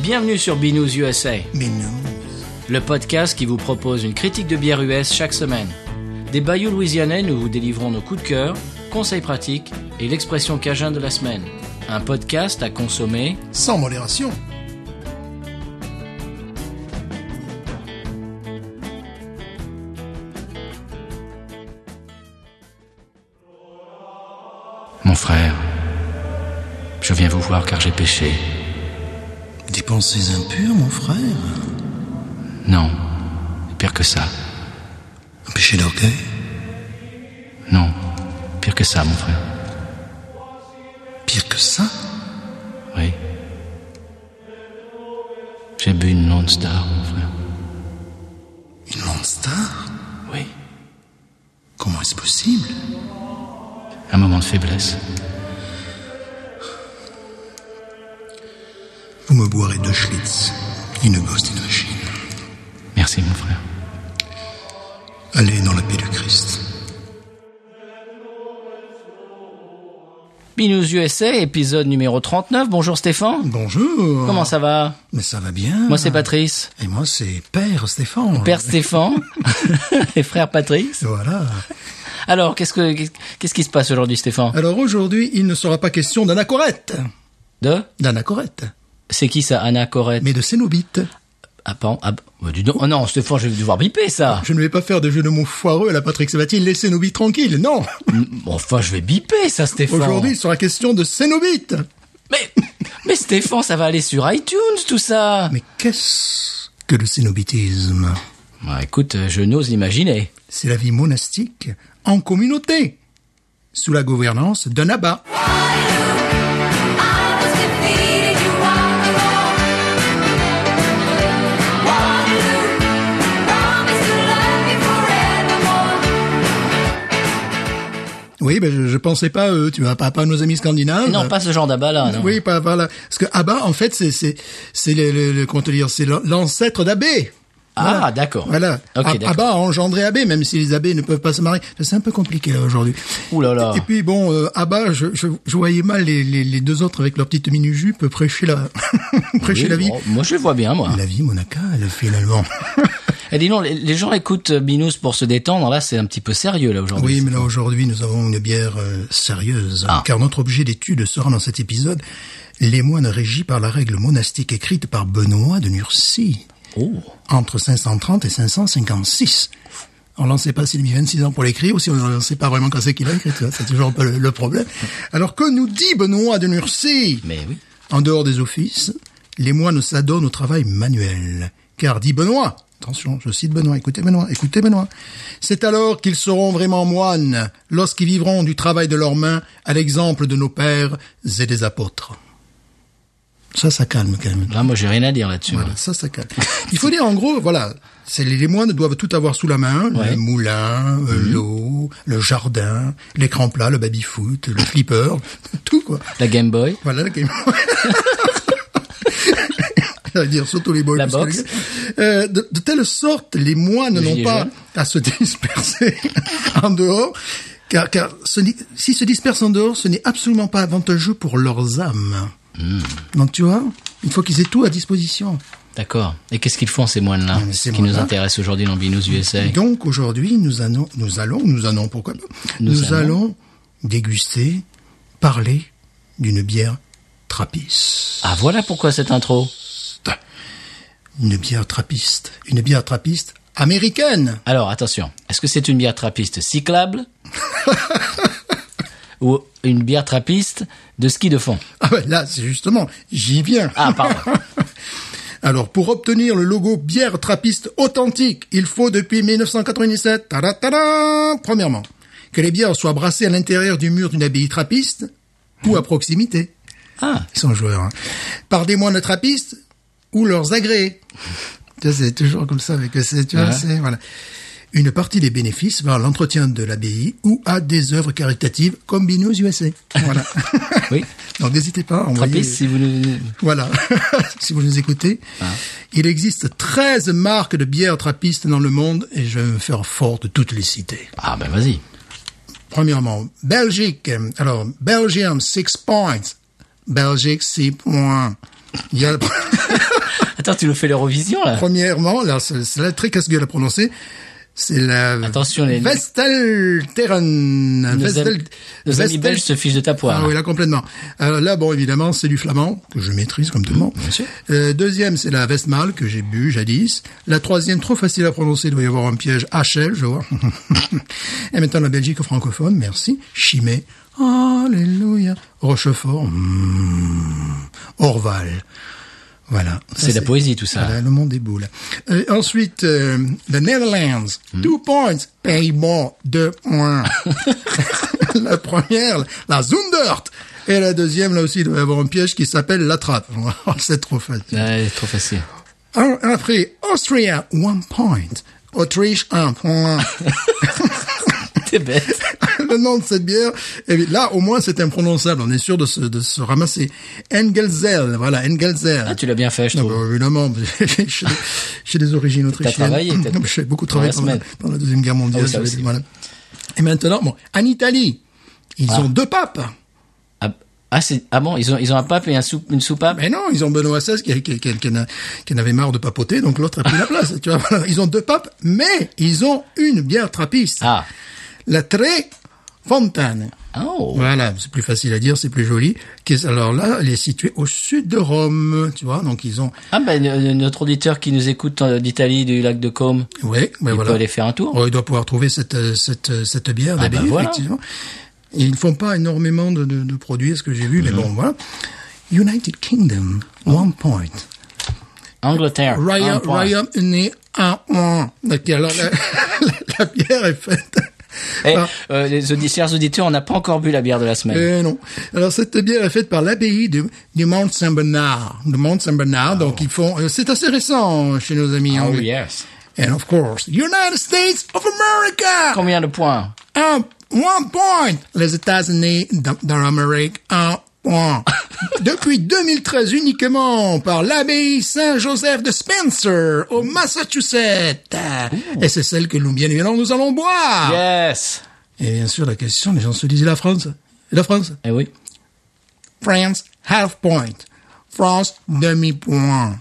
Bienvenue sur Binous USA, Binous. le podcast qui vous propose une critique de bière US chaque semaine. Des bayous louisianais, nous vous délivrons nos coups de cœur, conseils pratiques et l'expression cajun de la semaine. Un podcast à consommer Sans modération. Mon frère, je viens vous voir car j'ai péché. Des pensées impures, mon frère. Non, pire que ça. Un péché d'orgueil. Non, pire que ça, mon frère. Pire que ça. Oui. J'ai bu une Lone Star, mon frère. Une Lone Star. Oui. Comment est-ce possible? Un moment de faiblesse. Vous me boirez 2 Schlitz, une Ghost in the Machine. Merci, mon frère. Allez dans la paix du Christ. Binous USA, épisode numéro 39. Bonjour Stéphane. Bonjour. Comment ça va? Mais ça va bien. Moi c'est Patrice. Et moi c'est Père Stéphane. Père Stéphane et frère Patrice. Voilà. Alors, qu'est-ce qui se passe aujourd'hui, Stéphane? Alors aujourd'hui, il ne sera pas question d'anachorète. D'anachorète. C'est qui ça, Anna Corette? Mais de cénobite. Dis donc. Oh non, Stéphane, je vais devoir biper ça. Je ne vais pas faire de jeu de mots foireux à la Patrick Sabatier, les cénobites tranquilles, non. Enfin, je vais biper ça, Stéphane. Aujourd'hui, il sera question de cénobites. Mais Stéphane, ça va aller sur iTunes, tout ça. Mais qu'est-ce que le cénobitisme? Écoute, je n'ose l'imaginer. C'est la vie monastique en communauté, sous la gouvernance d'un abbat. Oui, ben je pensais pas tu vois, pas à nos amis scandinaves. Non, pas ce genre d'abbat-là, non. Oui, pas voilà. Parce que Abba, en fait, c'est le comment te dire, c'est l'ancêtre d'Abbé. Ah, Voilà. d'accord. Voilà. Ok, d'accord. Abba a engendré Abbé, même si les abbés ne peuvent pas se marier. C'est un peu compliqué là aujourd'hui. Ouh là là. Et puis bon, Abba, je voyais mal les deux autres avec leur petite mini-jupe prêcher la Oui, la vie. bon, moi, je le vois bien, moi. La vie monacale, finalement. Et dis donc, les gens écoutent Binous pour se détendre. Là, c'est un petit peu sérieux, là, aujourd'hui. Oui, mais là, aujourd'hui, nous avons une bière sérieuse. Ah. Car notre objet d'étude sera dans cet épisode les moines régis par la règle monastique écrite par Benoît de Nursie. Oh. Entre 530 et 556. Alors là, on ne sait pas s'il a mis 26 ans pour l'écrire ou si on ne sait pas vraiment quand c'est qu'il a écrit. C'est toujours un peu le problème. Alors, que nous dit Benoît de Nursie? Mais oui. En dehors des offices, les moines s'adonnent au travail manuel. Car, dit Benoît, attention, je cite Benoît, écoutez Benoît, c'est alors qu'ils seront vraiment moines, lorsqu'ils vivront du travail de leurs mains, à l'exemple de nos pères et des apôtres. Ça calme quand même. Là, moi, j'ai rien à dire là-dessus. Voilà, ça calme. Il faut dire en gros, voilà, les moines doivent tout avoir sous la main, Ouais. le moulin, l'eau, le jardin, l'écran plat, le baby-foot, le flipper, tout quoi. La Game Boy. Voilà, la game. J'allais dire surtout les boys. La parce boxe. que de telle sorte, les moines Le n'ont gilet pas jaune. à se disperser en dehors, car s'ils se dispersent en dehors, ce n'est absolument pas avantageux pour leurs âmes. Donc tu vois, il faut qu'ils aient tout à disposition. D'accord. Et qu'est-ce qu'ils font, ces moines-là? mais Ce ces qui nous moines-là- intéresse aujourd'hui dans Binous USA. Donc aujourd'hui, nous allons, pourquoi pas? Nous allons déguster, parler d'une bière trappiste. Ah, voilà pourquoi cette intro. Une bière trappiste américaine. Alors, attention. Est-ce que c'est une bière trappiste cyclable? Ou une bière trappiste de ski de fond? Ah ben là, c'est justement, j'y viens. Ah, pardon. Alors, pour obtenir le logo bière trappiste authentique, il faut depuis 1997, premièrement, que les bières soient brassées à l'intérieur du mur d'une abbaye trappiste ou à proximité. Ah. Ils sont joueurs, hein. Par des moines trappistes ou leurs agréés. Tu vois, c'est toujours comme ça avec tu vois, Ouais. c'est, voilà. Une partie des bénéfices va à l'entretien de l'abbaye ou à des œuvres caritatives comme Binous USA. Voilà. Oui. Donc n'hésitez pas à envoyer. Trappiste, si vous nous... Voilà. Si vous nous écoutez. Ah. Il existe 13 marques de bières trappistes dans le monde et je vais me faire fort de toutes les citer. Ah, ben vas-y. Premièrement, Belgique. Alors, Belgium, 6 points. Belgique, 6 points. Il y a Attends, tu nous fais l'Eurovision, là? premièrement, là, c'est là très casse-gueule à prononcer. C'est la Attention, Vestelteren. Nos amis belges se fichent de ta poire. Ah oui, là, complètement. Alors là, bon, évidemment, c'est du flamand, que je maîtrise comme tout le monde. Bien sûr. Deuxième, c'est la Westmalle, que j'ai bu jadis. La troisième, trop facile à prononcer, il doit y avoir un piège. HL, je vois. Et maintenant, la Belgique francophone, merci. Chimay. Alléluia. Rochefort. Orval. Voilà. C'est de la poésie, tout ça. Voilà, le monde des boules. Ensuite, the Netherlands. 2 points. Pays-Bas, 2 points. La première, la Zundert. Et la deuxième, là aussi, il doit y avoir un piège qui s'appelle la trappe. C'est trop facile. Ouais, trop facile. Après, Austria, 1 point. Autriche, 1 point. T'es bête. Le nom de cette bière, et là, au moins, c'est imprononçable. On est sûr de se ramasser. Engelzel, voilà, Engelzel. Ah, tu l'as bien fait, je trouve. Bah, évidemment, j'ai des origines autrichiennes. T'as travaillé, J'ai beaucoup travaillé pendant la Deuxième Guerre mondiale. Ah oui, ça aussi. Voilà. Et maintenant, bon, en Italie, ils ont 2 papes. Bon, ils ont un pape et une soupape? Mais non, ils ont Benoît XVI qui en avait marre de papoter, donc l'autre a pris la place. Tu vois, voilà. Ils ont 2 papes, mais ils ont une bière trappiste. Ah. La Trefontane. Oh. Voilà, c'est plus facile à dire, c'est plus joli. Alors là, elle est située au sud de Rome, tu vois, donc ils ont... Ah notre auditeur qui nous écoute d'Italie, du lac de Côme, il peut aller faire un tour. Il doit pouvoir trouver cette bière d'abbaye, voilà. effectivement. Et ils ne font pas énormément de produits, ce que j'ai vu, mais bon, voilà. United Kingdom, 1 point. Angleterre, 1 point. Royaume-Uni, 1 point. Donc, alors, la bière est faite... Les chers auditeurs, on n'a pas encore bu la bière de la semaine. Non. Alors, cette bière est faite par l'abbaye du Mont Saint-Bernard. Donc, ils font... c'est assez récent chez nos amis anglais. Oh, yes. And of course, United States of America! Combien de points? 1 point! Les États-Unis d'Amérique, 1 point. Depuis 2013 uniquement par l'abbaye Saint-Joseph de Spencer, au Massachusetts. Et c'est celle que nous, bien évidemment, nous allons boire. Yes! Et bien sûr, la question, les gens se disent, la France? Eh oui. France, half point. France, demi-point.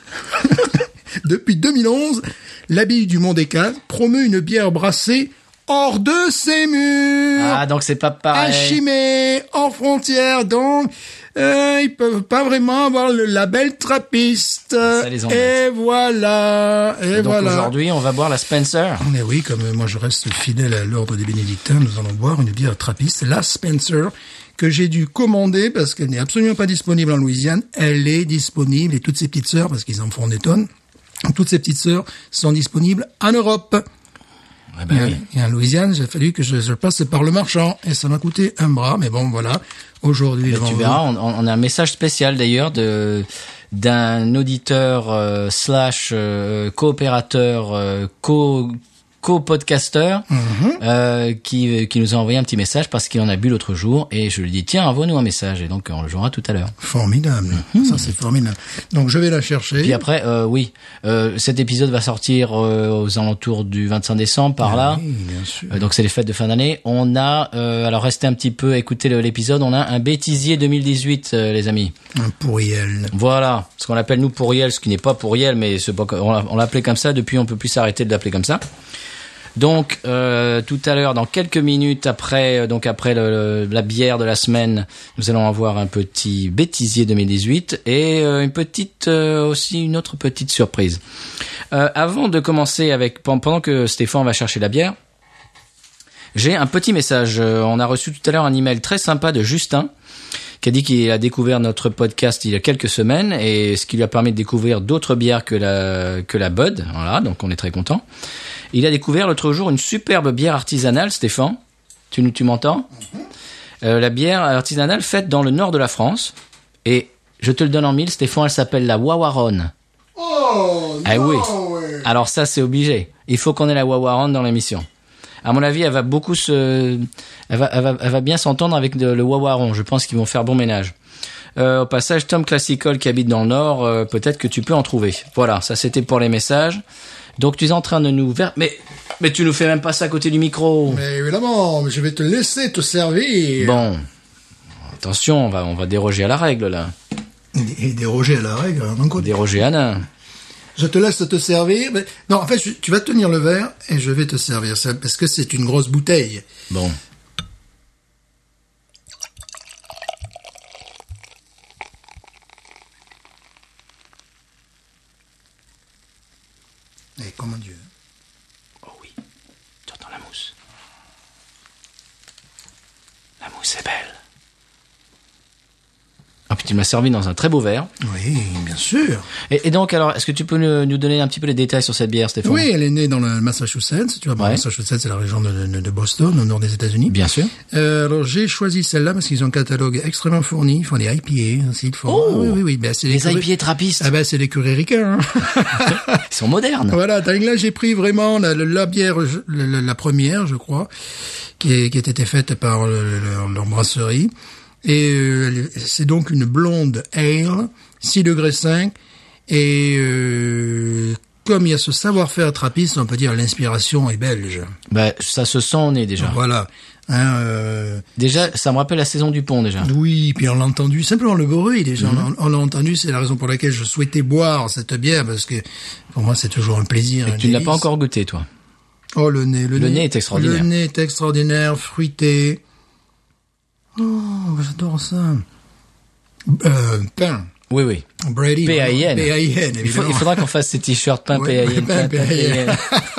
Depuis 2011, l'abbaye du Mont-des-Cats promeut une bière brassée hors de ses murs. Ah, donc c'est pas pareil. À Chimay, hors frontière, donc ils peuvent pas vraiment avoir le label trappiste. Ça les embête. Et voilà. Et donc voilà. aujourd'hui, on va boire la Spencer. Mais oui, comme moi je reste fidèle à l'ordre des bénédictins, nous allons boire une bière trappiste, la Spencer, que j'ai dû commander parce qu'elle n'est absolument pas disponible en Louisiane. Elle est disponible, et toutes ses petites sœurs, parce qu'ils en font des tonnes, toutes ces petites sœurs sont disponibles en Europe. Ah ben oui. Et en Louisiane, j'ai fallu que je passe par le marchand, et ça m'a coûté un bras, mais bon, voilà. Aujourd'hui, Ben, tu verras, on a un message spécial d'ailleurs d'un auditeur slash coopérateur co-podcasteur qui nous a envoyé un petit message parce qu'il en a bu l'autre jour et je lui dis tiens envoie-nous un message et donc on le jouera tout à l'heure. Formidable, ça c'est formidable. Donc je vais la chercher. Puis après cet épisode va sortir aux alentours du 25 décembre par là. Oui, bien sûr. Donc c'est les fêtes de fin d'année. On a alors restez un petit peu écoutez l'épisode, on a un bêtisier 2018 les amis. Un pourriel. Voilà, ce qu'on appelle nous pourriel, ce qui n'est pas pourriel mais c'est pas, on l'appelait comme ça depuis on peut plus s'arrêter de l'appeler comme ça. Donc tout à l'heure, dans quelques minutes après la bière de la semaine, nous allons avoir un petit bêtisier 2018 et une autre petite surprise. Avant de commencer pendant que Stéphane va chercher la bière, j'ai un petit message. On a reçu tout à l'heure un email très sympa de Justin qui a dit qu'il a découvert notre podcast il y a quelques semaines et ce qui lui a permis de découvrir d'autres bières que la Bud. Voilà, donc on est très content. Il a découvert l'autre jour une superbe bière artisanale, Stéphane. Tu m'entends? La bière artisanale faite dans le nord de la France. Et je te le donne en mille, Stéphane, elle s'appelle la Wawaron. Oh, ah non, oui. Ouais. Alors ça, c'est obligé. Il faut qu'on ait la Wawaron dans l'émission. À mon avis, elle va bien s'entendre avec le Wawaron. Je pense qu'ils vont faire bon ménage. Au passage, Tom Classical qui habite dans le Nord, peut-être que tu peux en trouver. Voilà, ça c'était pour les messages. Donc tu es en train de nous... Mais tu nous fais même pas ça à côté du micro. Mais évidemment, mais je vais te laisser te servir. Bon, attention, on va déroger à la règle là. Et déroger à la règle, hein, donc, Déroger Anna. je te laisse te servir. Mais... Non, en fait, tu vas tenir le verre et je vais te servir ça parce que c'est une grosse bouteille. Bon. Et comment Dieu. Oh oui, tu entends la mousse. La mousse est belle. Ah, puis tu m'as servi dans un très beau verre. Oui, bien sûr. Et donc, alors, est-ce que tu peux nous donner un petit peu les détails sur cette bière, Stéphane? Oui, elle est née dans le Massachusetts. Tu vois, Ouais. Massachusetts, c'est la région de Boston, au nord des États-Unis. Bien sûr. Alors, j'ai choisi celle-là parce qu'ils ont un catalogue extrêmement fourni. Ils font des IPA aussi. Ils font... Oh Ah, oui. Ben, c'est Les IPA trappistes. Ah ben, c'est les curés ricains. Hein. Ils sont modernes. Voilà, là, j'ai pris vraiment la bière, la première, je crois, qui était faite par leur brasserie. Et c'est donc une blonde ale, 6 degrés 5. Et comme il y a ce savoir-faire trappiste, on peut dire l'inspiration est belge. Bah, ça se sent au nez, déjà. Voilà. Hein, Déjà, ça me rappelle la saison du pont, déjà. oui, puis on l'a entendu, simplement le bruit déjà, on l'a entendu, c'est la raison pour laquelle je souhaitais boire cette bière, parce que pour moi c'est toujours un plaisir. Et tu ne l'as pas encore goûté, toi. Oh, le nez est extraordinaire. Le nez est extraordinaire, fruité. Oh, j'adore ça. Pain. Oui, oui. Brady. P-A-I-N. P-A-I-N, Il évidemment. faudra qu'on fasse ces t-shirts pain Ouais, PAIN. pain, PAIN.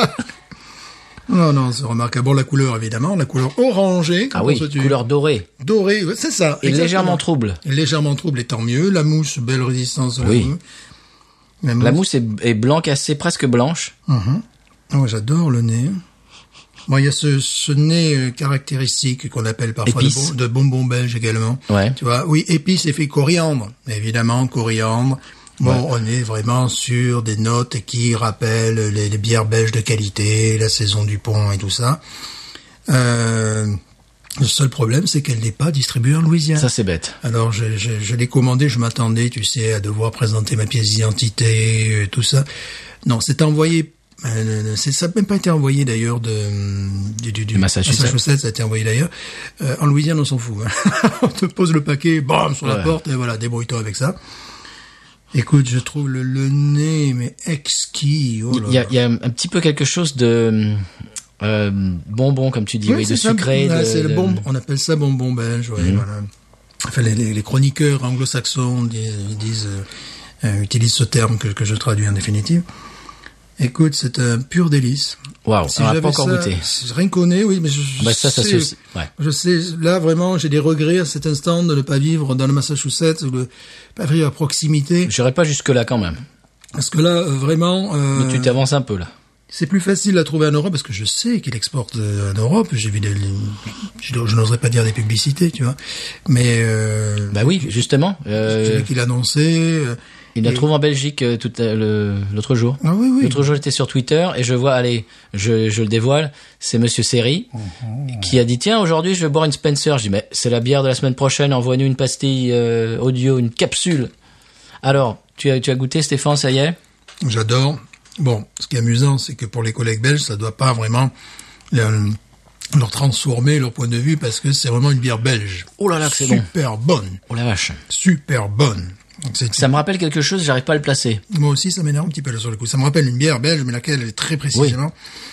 Non, c'est remarquable. Bon, la couleur, évidemment, la couleur orangée. Ah oui, couleur dorée. Dorée, ouais, c'est ça. Et exactement. légèrement trouble. Et légèrement trouble, et tant mieux. La mousse, belle résistance. Oui. La mousse est blanc cassé, presque blanche. Oh, j'adore le nez. Bon, il y a ce nez caractéristique qu'on appelle parfois Épice. de bonbon belge également. Ouais. Tu vois, oui, épice et fait coriandre. Évidemment, coriandre. Bon, Ouais. on est vraiment sur des notes qui rappellent les bières belges de qualité, la saison du pont et tout ça. Le seul problème, c'est qu'elle n'est pas distribuée en Louisiane. Ça, c'est bête. Alors, je l'ai commandé, je m'attendais, tu sais, à devoir présenter ma pièce d'identité, tout ça. Non, c'est envoyé, ça n'a même pas été envoyé d'ailleurs du Massachusetts. Ça a été envoyé d'ailleurs. En Louisiane, on s'en fout. Hein. On te pose le paquet, bam, sur la porte, et voilà, débrouille-toi avec ça. Écoute, je trouve le nez, mais exquis. Oh là Il y a un petit peu quelque chose de bonbon, comme tu dis, oui, de c'est ça. sucré. Ah, de, c'est le de- bonbon, on appelle ça bonbon belge, ouais, voilà. Enfin, les chroniqueurs anglo-saxons utilisent ce terme que je traduis en définitive. Écoute, c'est un pur délice. Waouh, on n'a pas encore goûté. Rien qu'au nez, oui, mais je Ça sais, se aussi. Ouais. je sais, là, vraiment, j'ai des regrets à cet instant de ne pas vivre dans le Massachusetts, ou de pas vivre à proximité. J'irai pas jusque-là quand même. Parce que là, vraiment, Mais tu t'avances un peu, là. c'est plus facile à trouver en Europe parce que je sais qu'il exporte en Europe. J'ai vu je n'oserais pas dire des publicités, tu vois. Mais, Bah oui, justement. j'ai vu qu'il annonçait, Il la trouve en Belgique l'autre jour. Ah oui, oui. L'autre jour, j'étais sur Twitter et je vois, allez, je le dévoile, c'est Monsieur Seri qui a dit, tiens, aujourd'hui, je vais boire une Spencer. Je dis, mais c'est la bière de la semaine prochaine, envoie-nous une pastille audio, une capsule. Alors, tu as goûté, Stéphane, ça y est? J'adore. Bon, ce qui est amusant, c'est que pour les collègues belges, ça doit pas vraiment leur transformer leur point de vue parce que c'est vraiment une bière belge. Oh là là, que c'est bon. Super bonne. Oh la vache. Super bonne. Ça me rappelle quelque chose, j'arrive pas à le placer. Moi aussi, ça m'énerve un petit peu là, sur le coup. Ça me rappelle une bière belge, mais laquelle elle est très précisément.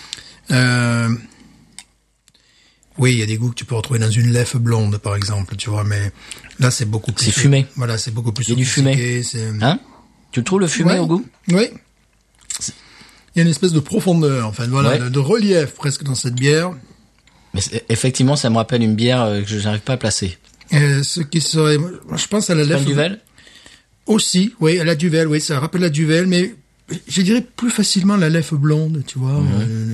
Oui, il y a des goûts que tu peux retrouver dans une lèvre blonde, par exemple, tu vois, mais là, c'est beaucoup plus... C'est fumé. Voilà, c'est beaucoup plus Il y a du sophistiqué, fumé. Hein? Tu le trouves le fumé Ouais. au goût? Oui. Il y a une espèce de profondeur, enfin, voilà, Ouais. de relief presque dans cette bière. Mais effectivement, ça me rappelle une bière que je n'arrive pas à placer. Ce qui serait, je pense à la Pas lèvre... une Duvel? Aussi, oui, à la Duvel, oui, ça rappelle la Duvel, mais je dirais plus facilement la lèvre blonde, tu vois,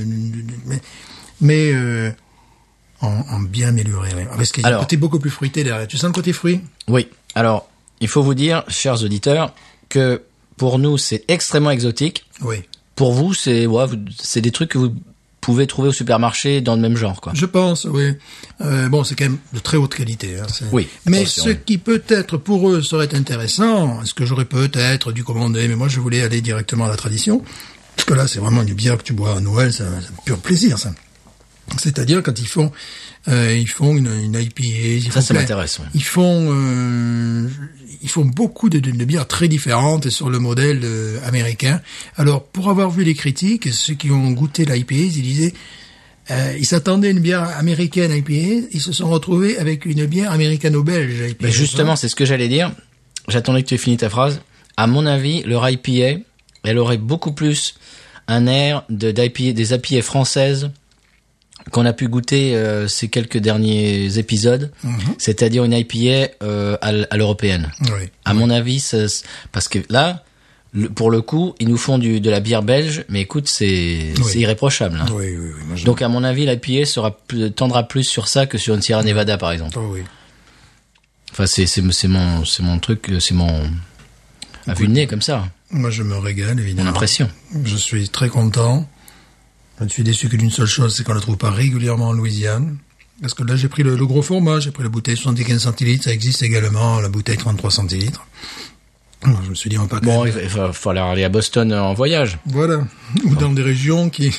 mais en bien amélioré, oui. Parce qu'il y a un côté beaucoup plus fruité derrière. Tu sens le côté fruit? Oui. Alors, il faut vous dire, chers auditeurs, que pour nous, c'est extrêmement exotique. Oui. Pour vous, c'est des trucs que vous pouvez trouver au supermarché dans le même genre, quoi. Je pense, oui. Bon, c'est quand même de très haute qualité. Hein, oui. Mais attention, ce qui peut-être pour eux serait intéressant, ce que j'aurais peut-être dû commander, mais moi je voulais aller directement à la tradition, parce que là c'est vraiment une bière que tu bois à Noël, c'est un pur plaisir, ça. C'est-à-dire quand ils font une IPA, ça m'intéresse. Ouais. Ils font ils font beaucoup de bières très différentes sur le modèle américain. Alors, pour avoir vu les critiques, ceux qui ont goûté l'IPA, ils disaient, ils s'attendaient à une bière américaine IPA, ils se sont retrouvés avec une bière américano-belge IPA. Mais justement, c'est ce que j'allais dire. J'attendais que tu aies fini ta phrase. À mon avis, leur IPA, elle aurait beaucoup plus un air d'IPA, des IPA françaises qu'on a pu goûter ces quelques derniers épisodes, c'est-à-dire une IPA à l'européenne. Oui. À mon avis, parce que là, pour le coup, ils nous font de la bière belge, mais écoute, c'est irréprochable. Hein. Oui. Moi, donc à mon avis, l'IPA tendra plus sur ça que sur une Sierra Nevada, par exemple. Oh, oui. Enfin, c'est mon truc, c'est mon à vue de nez comme ça. Moi, je me régale, évidemment. Mon impression. Je suis très content. Je ne suis déçu que d'une seule chose, c'est qu'on ne la trouve pas régulièrement en Louisiane. Parce que là, j'ai pris le gros format, j'ai pris la bouteille 75 centilitres, ça existe également, la bouteille 33 centilitres. Alors, je me suis dit, on va pas... Bon, il va falloir aller à Boston en voyage. Voilà. Ou dans des régions qui...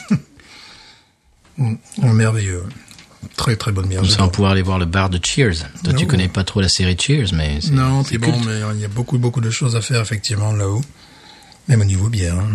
merveilleux. Très, très bonne bière. Comme ça, on va pouvoir aller voir le bar de Cheers. Toi, tu connais pas trop la série Cheers, mais non, c'est bon, mais il y a beaucoup de choses à faire, effectivement, là-haut. Même au niveau bière. Hein.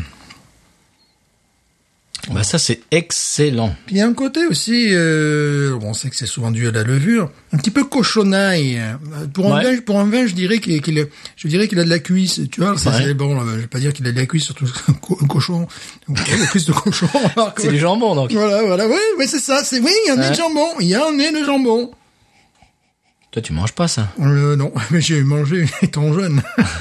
Bah, ça, c'est excellent. Puis il y a un côté aussi, on sait que c'est souvent dû à la levure, un petit peu cochonaille. Pour un vin, je dirais qu'il a de la cuisse, tu vois. C'est bon, je vais pas dire qu'il a de la cuisse, surtout un cochon, la cuisse de cochon. C'est du jambon, donc. Voilà, oui, c'est ça, il y a un nez de jambon, il y a un nez de jambon. Toi, tu manges pas ça? Non, mais j'ai mangé étant jeune.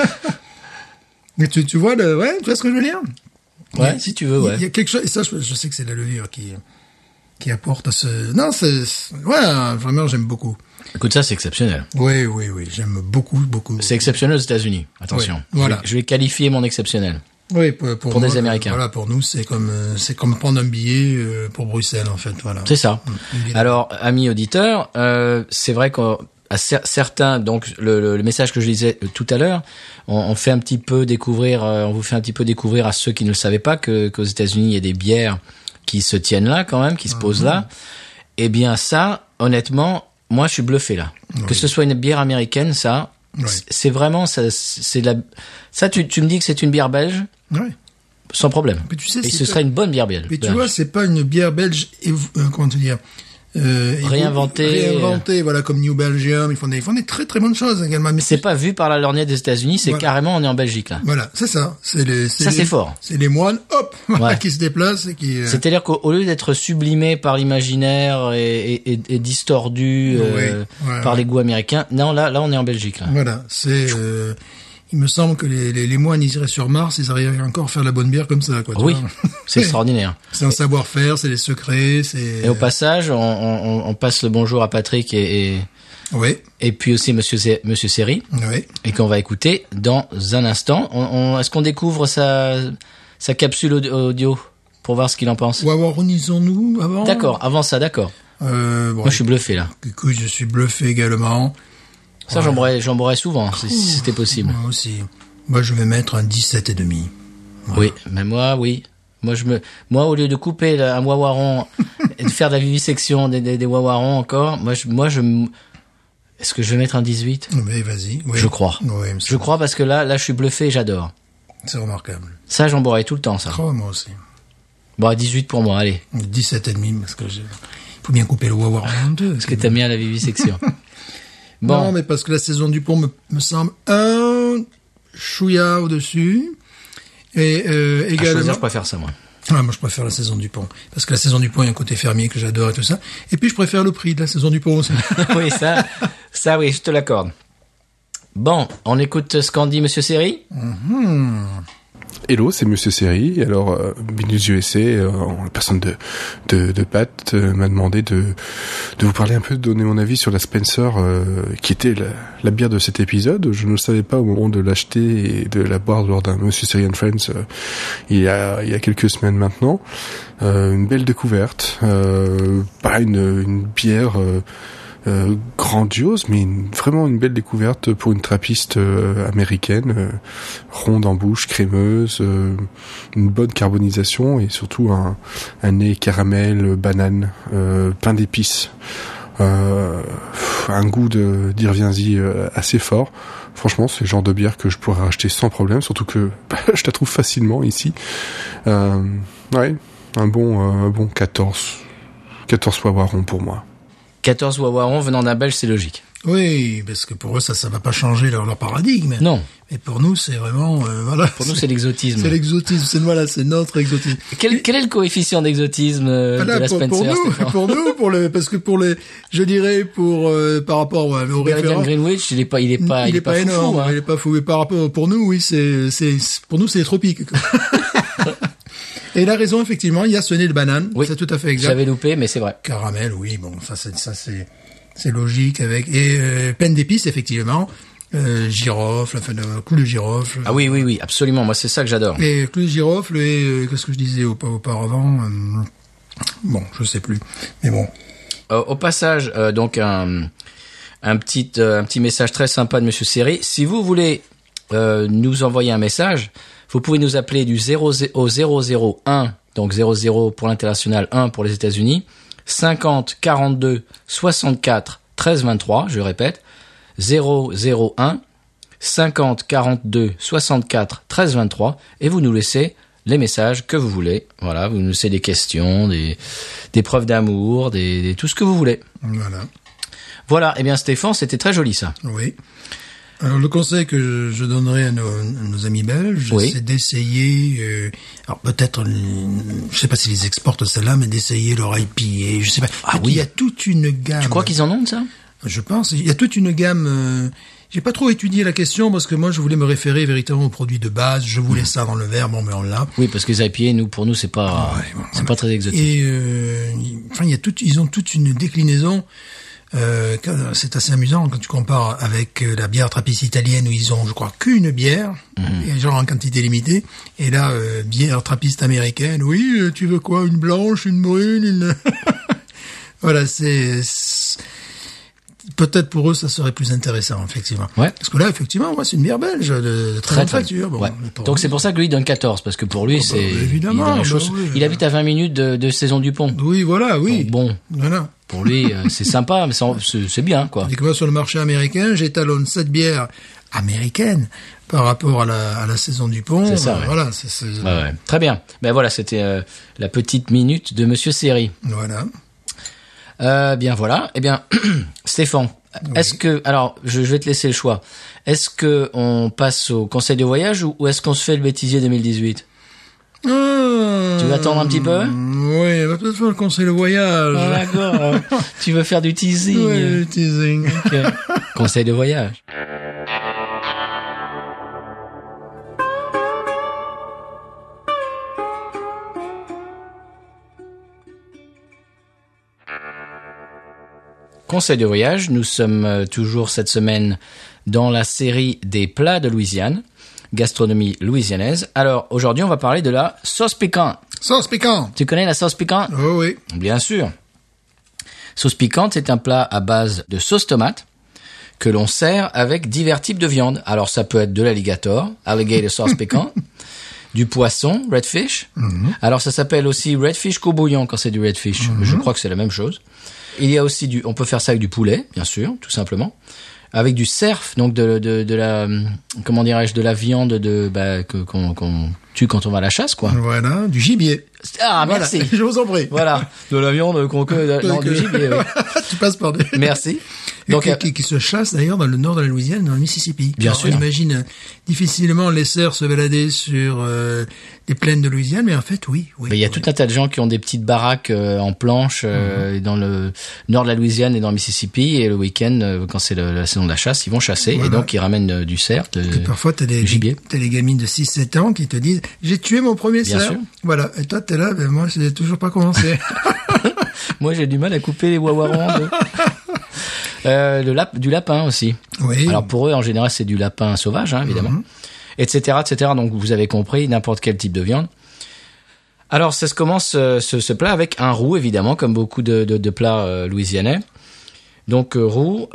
Mais tu vois tu vois ce que je veux dire? Ouais, si tu veux, ouais. Il y a quelque chose, et ça, je sais que c'est la levure qui apporte à ce... Non, vraiment, j'aime beaucoup. Écoute, ça, c'est exceptionnel. Oui, j'aime beaucoup. C'est exceptionnel aux États-Unis. Attention. Oui, voilà. Je vais qualifier mon exceptionnel. Oui, pour des Américains. Voilà, pour nous, c'est comme prendre un billet pour Bruxelles, en fait, voilà. C'est ça. Alors, amis auditeurs, c'est vrai qu'à certains, donc le message que je lisais tout à l'heure, on fait un petit peu découvrir, on vous fait un petit peu découvrir à ceux qui ne le savaient pas qu'aux États-Unis il y a des bières qui se tiennent là quand même, qui se posent là. Eh bien ça, honnêtement, moi je suis bluffé là. Oui. Que ce soit une bière américaine, ça, c'est vraiment ça, ça tu me dis que c'est une bière belge. Oui. Sans problème. Mais tu sais, et ce serait une bonne bière belge. Mais tu vois, c'est pas une bière belge, comment te dire, réinventé, voilà, comme New Belgium, ils font des très très bonnes choses également. Mais c'est pas vu par la lorgnette des États-Unis, c'est carrément on est en Belgique là. Voilà, c'est ça. C'est fort. C'est les moines, qui se déplacent et qui. C'est-à-dire qu'au lieu d'être sublimé par l'imaginaire et distordu par les goûts américains, non là on est en Belgique là. Voilà, c'est. Il me semble que les moines, ils iraient sur Mars, ils arriveraient encore à faire la bonne bière comme ça, quoi. Oui, c'est extraordinaire. C'est un savoir-faire, c'est des secrets, Et au passage, on passe le bonjour à Patrick et puis aussi Monsieur Seri. Oui. Et qu'on va écouter dans un instant. Est-ce qu'on découvre sa capsule audio pour voir ce qu'il en pense? Ou organisons-nous avant? D'accord, avant ça, d'accord. Moi, je suis bluffé, là. Écoute, je suis bluffé également. Ça, j'en boirais souvent, si c'était possible. Moi aussi. Moi, je vais mettre un 17,5. Voilà. Oui, mais moi, oui. Moi, au lieu de couper un wawaron et de faire de la vivisection des wawarons encore, est-ce que je vais mettre un 18? Mais vas-y. Oui. Je crois. Oui, je crois parce que là, je suis bluffé et j'adore. C'est remarquable. Ça, j'en boirais tout le temps, ça. Oh, moi aussi. Bon, à 18 pour moi, allez. 17,5 parce que faut bien couper le wawaron en deux. Parce que t'aimes bien la vivisection. Bon. Non, mais parce que la saison du pont me semble un chouïa au-dessus. Et également... choisir, je préfère ça, moi. Moi, je préfère la saison du pont. Parce que la saison du pont, il y a un côté fermier que j'adore et tout ça. Et puis, je préfère le prix de la saison du pont aussi. Oui, ça, oui, je te l'accorde. Bon, on écoute ce qu'en dit Monsieur Seri. Hello, c'est Monsieur Seri. Alors, Binous USA, la personne de Pat m'a demandé de vous parler un peu, de donner mon avis sur la Spencer, qui était la bière de cet épisode. Je ne le savais pas au moment de l'acheter et de la boire lors d'un Monsieur Seri and Friends il y a quelques semaines maintenant. Une belle découverte. Pareil, une bière grandiose, mais vraiment une belle découverte pour une trappiste américaine, ronde en bouche, crémeuse, une bonne carbonisation et surtout un nez caramel, banane, plein d'épices. un goût d'y reviens-y assez fort. Franchement, c'est le genre de bière que je pourrais acheter sans problème, surtout que je la trouve facilement ici. Ouais, un bon 14 Wawaron pour moi. 14 Wawaron venant d'un Belge, c'est logique. Oui, parce que pour eux, ça va pas changer leur paradigme. Non. Mais pour nous, c'est vraiment, voilà. Pour nous, c'est l'exotisme. C'est l'exotisme, c'est notre exotisme. Quel est le coefficient d'exotisme de la Spencer, pour nous, parce que je dirais par rapport au référent. Greenwich, il est pas énorme, fou, hein. Il est pas fou. Mais par rapport, pour nous, oui, pour nous, c'est les tropiques, quoi. Et il a raison, effectivement, il y a ce nez de banane. Oui. C'est tout à fait exact. J'avais loupé, mais c'est vrai. Caramel, oui, bon, c'est logique avec, et, peine d'épices, effectivement. Girofle, enfin, clou de girofle. Ah oui, absolument. Moi, c'est ça que j'adore. Et clou de girofle et, qu'est-ce que je disais auparavant? Bon, je sais plus. Mais bon. Au passage, donc, un petit message très sympa de Monsieur Seri. Si vous voulez, nous envoyer un message, vous pouvez nous appeler du 001, donc 00 pour l'international, 1 pour les États-Unis, 50 42 64 13 23, je répète, 001 50 42 64 13 23, et vous nous laissez les messages que vous voulez. Voilà, vous nous laissez des questions, des preuves d'amour, des tout ce que vous voulez. Voilà, eh bien Stéphane, c'était très joli ça. Oui. Alors le conseil que je donnerais à nos amis belges, oui, c'est d'essayer, alors peut-être, je sais pas s'ils les exportent celle-là, mais d'essayer leur IPA, je sais pas. Ah oui. Il y a toute une gamme. Tu crois qu'ils en ont de ça? Je pense. Il y a toute une gamme. J'ai pas trop étudié la question parce que moi je voulais me référer véritablement aux produits de base. Je voulais ça dans le verre, bon, mais on l'a. Oui, parce que les IPA, pour nous, c'est pas, c'est pas très exotique. Et enfin, ils ont toute une déclinaison. C'est assez amusant quand tu compares avec la bière trappiste italienne où ils ont, je crois, qu'une bière, et genre en quantité limitée. Et là, bière trappiste américaine, oui, tu veux quoi, une blanche, une brune, une... Voilà, peut-être pour eux, ça serait plus intéressant, effectivement. Ouais. Parce que là, effectivement, c'est une bière belge de très bonne facture. Bon, ouais. Donc c'est pour ça que lui donne 14, parce que pour lui, c'est évidemment, il donne la chose. Oui, il habite à 20 minutes de Saison du Pont. Oui, voilà, oui. Donc, bon. Voilà. Pour lui, c'est sympa, mais c'est bien, quoi. Et que moi, sur le marché américain, j'étalonne cette bière américaine par rapport à la Saison du Pont. C'est ça, ouais. Voilà. Ouais. Très bien. Ben voilà, c'était la petite minute de Monsieur Seri. Voilà. Bien voilà. Eh bien, Stéphane, oui. Est-ce que, alors, je vais te laisser le choix. Est-ce que on passe au conseil de voyage ou est-ce qu'on se fait le bêtisier 2018? Tu veux attendre un petit peu? Oui, on va peut-être faire le conseil de voyage. Ah, d'accord. Tu veux faire du teasing? Oui, du teasing. Okay. Conseil de voyage. Conseil de voyage, nous sommes toujours cette semaine dans la série des plats de Louisiane, gastronomie louisianaise. Alors aujourd'hui, on va parler de la sauce piquante. Sauce piquante. Tu connais la sauce piquante? Oh oui. Bien sûr. Sauce piquante, c'est un plat à base de sauce tomate que l'on sert avec divers types de viande. Alors ça peut être de l'alligator, alligator sauce piquante, du poisson, redfish. Alors ça s'appelle aussi redfish court-bouillon quand c'est du redfish. Je crois que c'est la même chose. Il y a aussi on peut faire ça avec du poulet, bien sûr, tout simplement. Avec du cerf, donc de la, comment dirais-je, de la viande qu'on tue quand on va à la chasse, quoi. Voilà, du gibier. Ah, voilà. Merci. Je vous en prie. Voilà. De la viande qu'on du gibier, oui. Tu passes par des... Merci. Donc, qui se chasse d'ailleurs dans le nord de la Louisiane, dans le Mississippi. Bien sûr. On imagine difficilement les cerfs se balader sur les plaines de Louisiane, mais en fait, oui. Il y a tout un tas de gens qui ont des petites baraques en planche dans le nord de la Louisiane et dans le Mississippi, et le week-end, quand c'est la saison de la chasse, ils vont chasser, et donc ils ramènent du cerf, parfois, t'as des gamines de 6-7 ans qui te disent « J'ai tué mon premier cerf ». Voilà. Et toi, t'es là, ben moi, j'ai toujours pas commencé. Moi, j'ai du mal à couper les wawarons. Du lapin aussi. Oui. Alors pour eux, en général, c'est du lapin sauvage, hein, évidemment. Etc., etc. Donc vous avez compris, n'importe quel type de viande. Alors ça se commence ce plat avec un roux, évidemment, comme beaucoup de plats louisianais. Donc roux.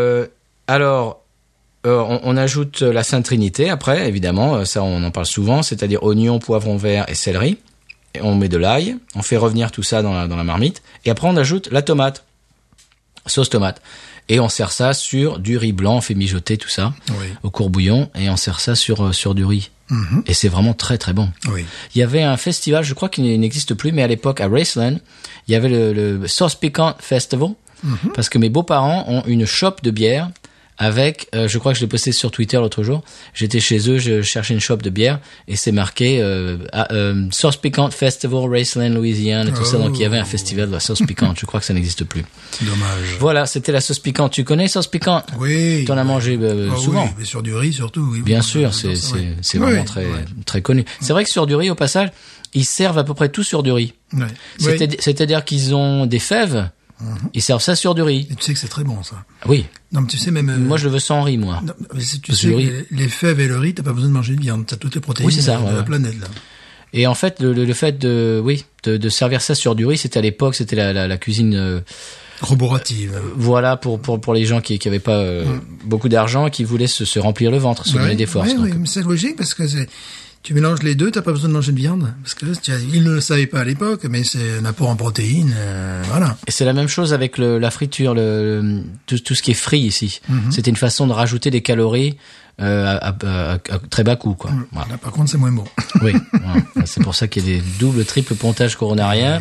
On ajoute la Sainte Trinité après, évidemment, ça on en parle souvent, c'est-à-dire oignons, poivrons verts et céleri. Et on met de l'ail, on fait revenir tout ça dans la marmite, et après on ajoute la tomate. sauce tomate. Et on sert ça sur du riz blanc, on fait mijoter tout ça Oui. au courbouillon et on sert ça sur du riz. Et c'est vraiment très très bon. Oui. Il y avait un festival, je crois qu'il n'existe plus, mais à l'époque à Raceland, il y avait le Sauce Piquant Festival parce que mes beaux-parents ont une shop de bière avec, je crois que je l'ai posté sur Twitter l'autre jour, j'étais chez eux, je cherchais une shop de bière et c'est marqué Sauce Piquant Festival Raceland, Louisiane et tout ça, donc il y avait un festival de la sauce piquante, je crois que ça n'existe plus. Dommage. Voilà, c'était la sauce piquante. Tu connais sauce piquante? Oui. T'en as mangé souvent? Oui, mais sur du riz surtout. Oui. Bien sûr, c'est vraiment très connu. C'est vrai que sur du riz, au passage, ils servent à peu près tout sur du riz. Ouais. C'est-à-dire qu'ils ont des fèves, ils servent ça sur du riz. Et tu sais que c'est très bon, ça. Oui. Non, mais tu sais même... Moi, je le veux sans riz, moi. Non, mais si tu Parce sais que le que les fèves et le riz, t'as pas besoin de manger de viande. T'as toutes les protéines Oui, c'est ça, de la planète, là. Et en fait, le fait de servir ça sur du riz, c'était à l'époque, c'était la cuisine... Roborative. Voilà, pour les gens qui avaient pas beaucoup d'argent, qui voulaient se remplir le ventre, se donner des forces. Oui, mais c'est logique parce que tu mélanges les deux, t'as pas besoin de manger de viande. Parce que ils ne le savaient pas à l'époque, mais c'est un apport en protéines, voilà. Et c'est la même chose avec la friture, tout ce qui est frit ici. C'était une façon de rajouter des calories à très bas coût, quoi. Voilà. Là, par contre, c'est moins bon. Oui, voilà. C'est pour ça qu'il y a des doubles, triples pontages coronariens,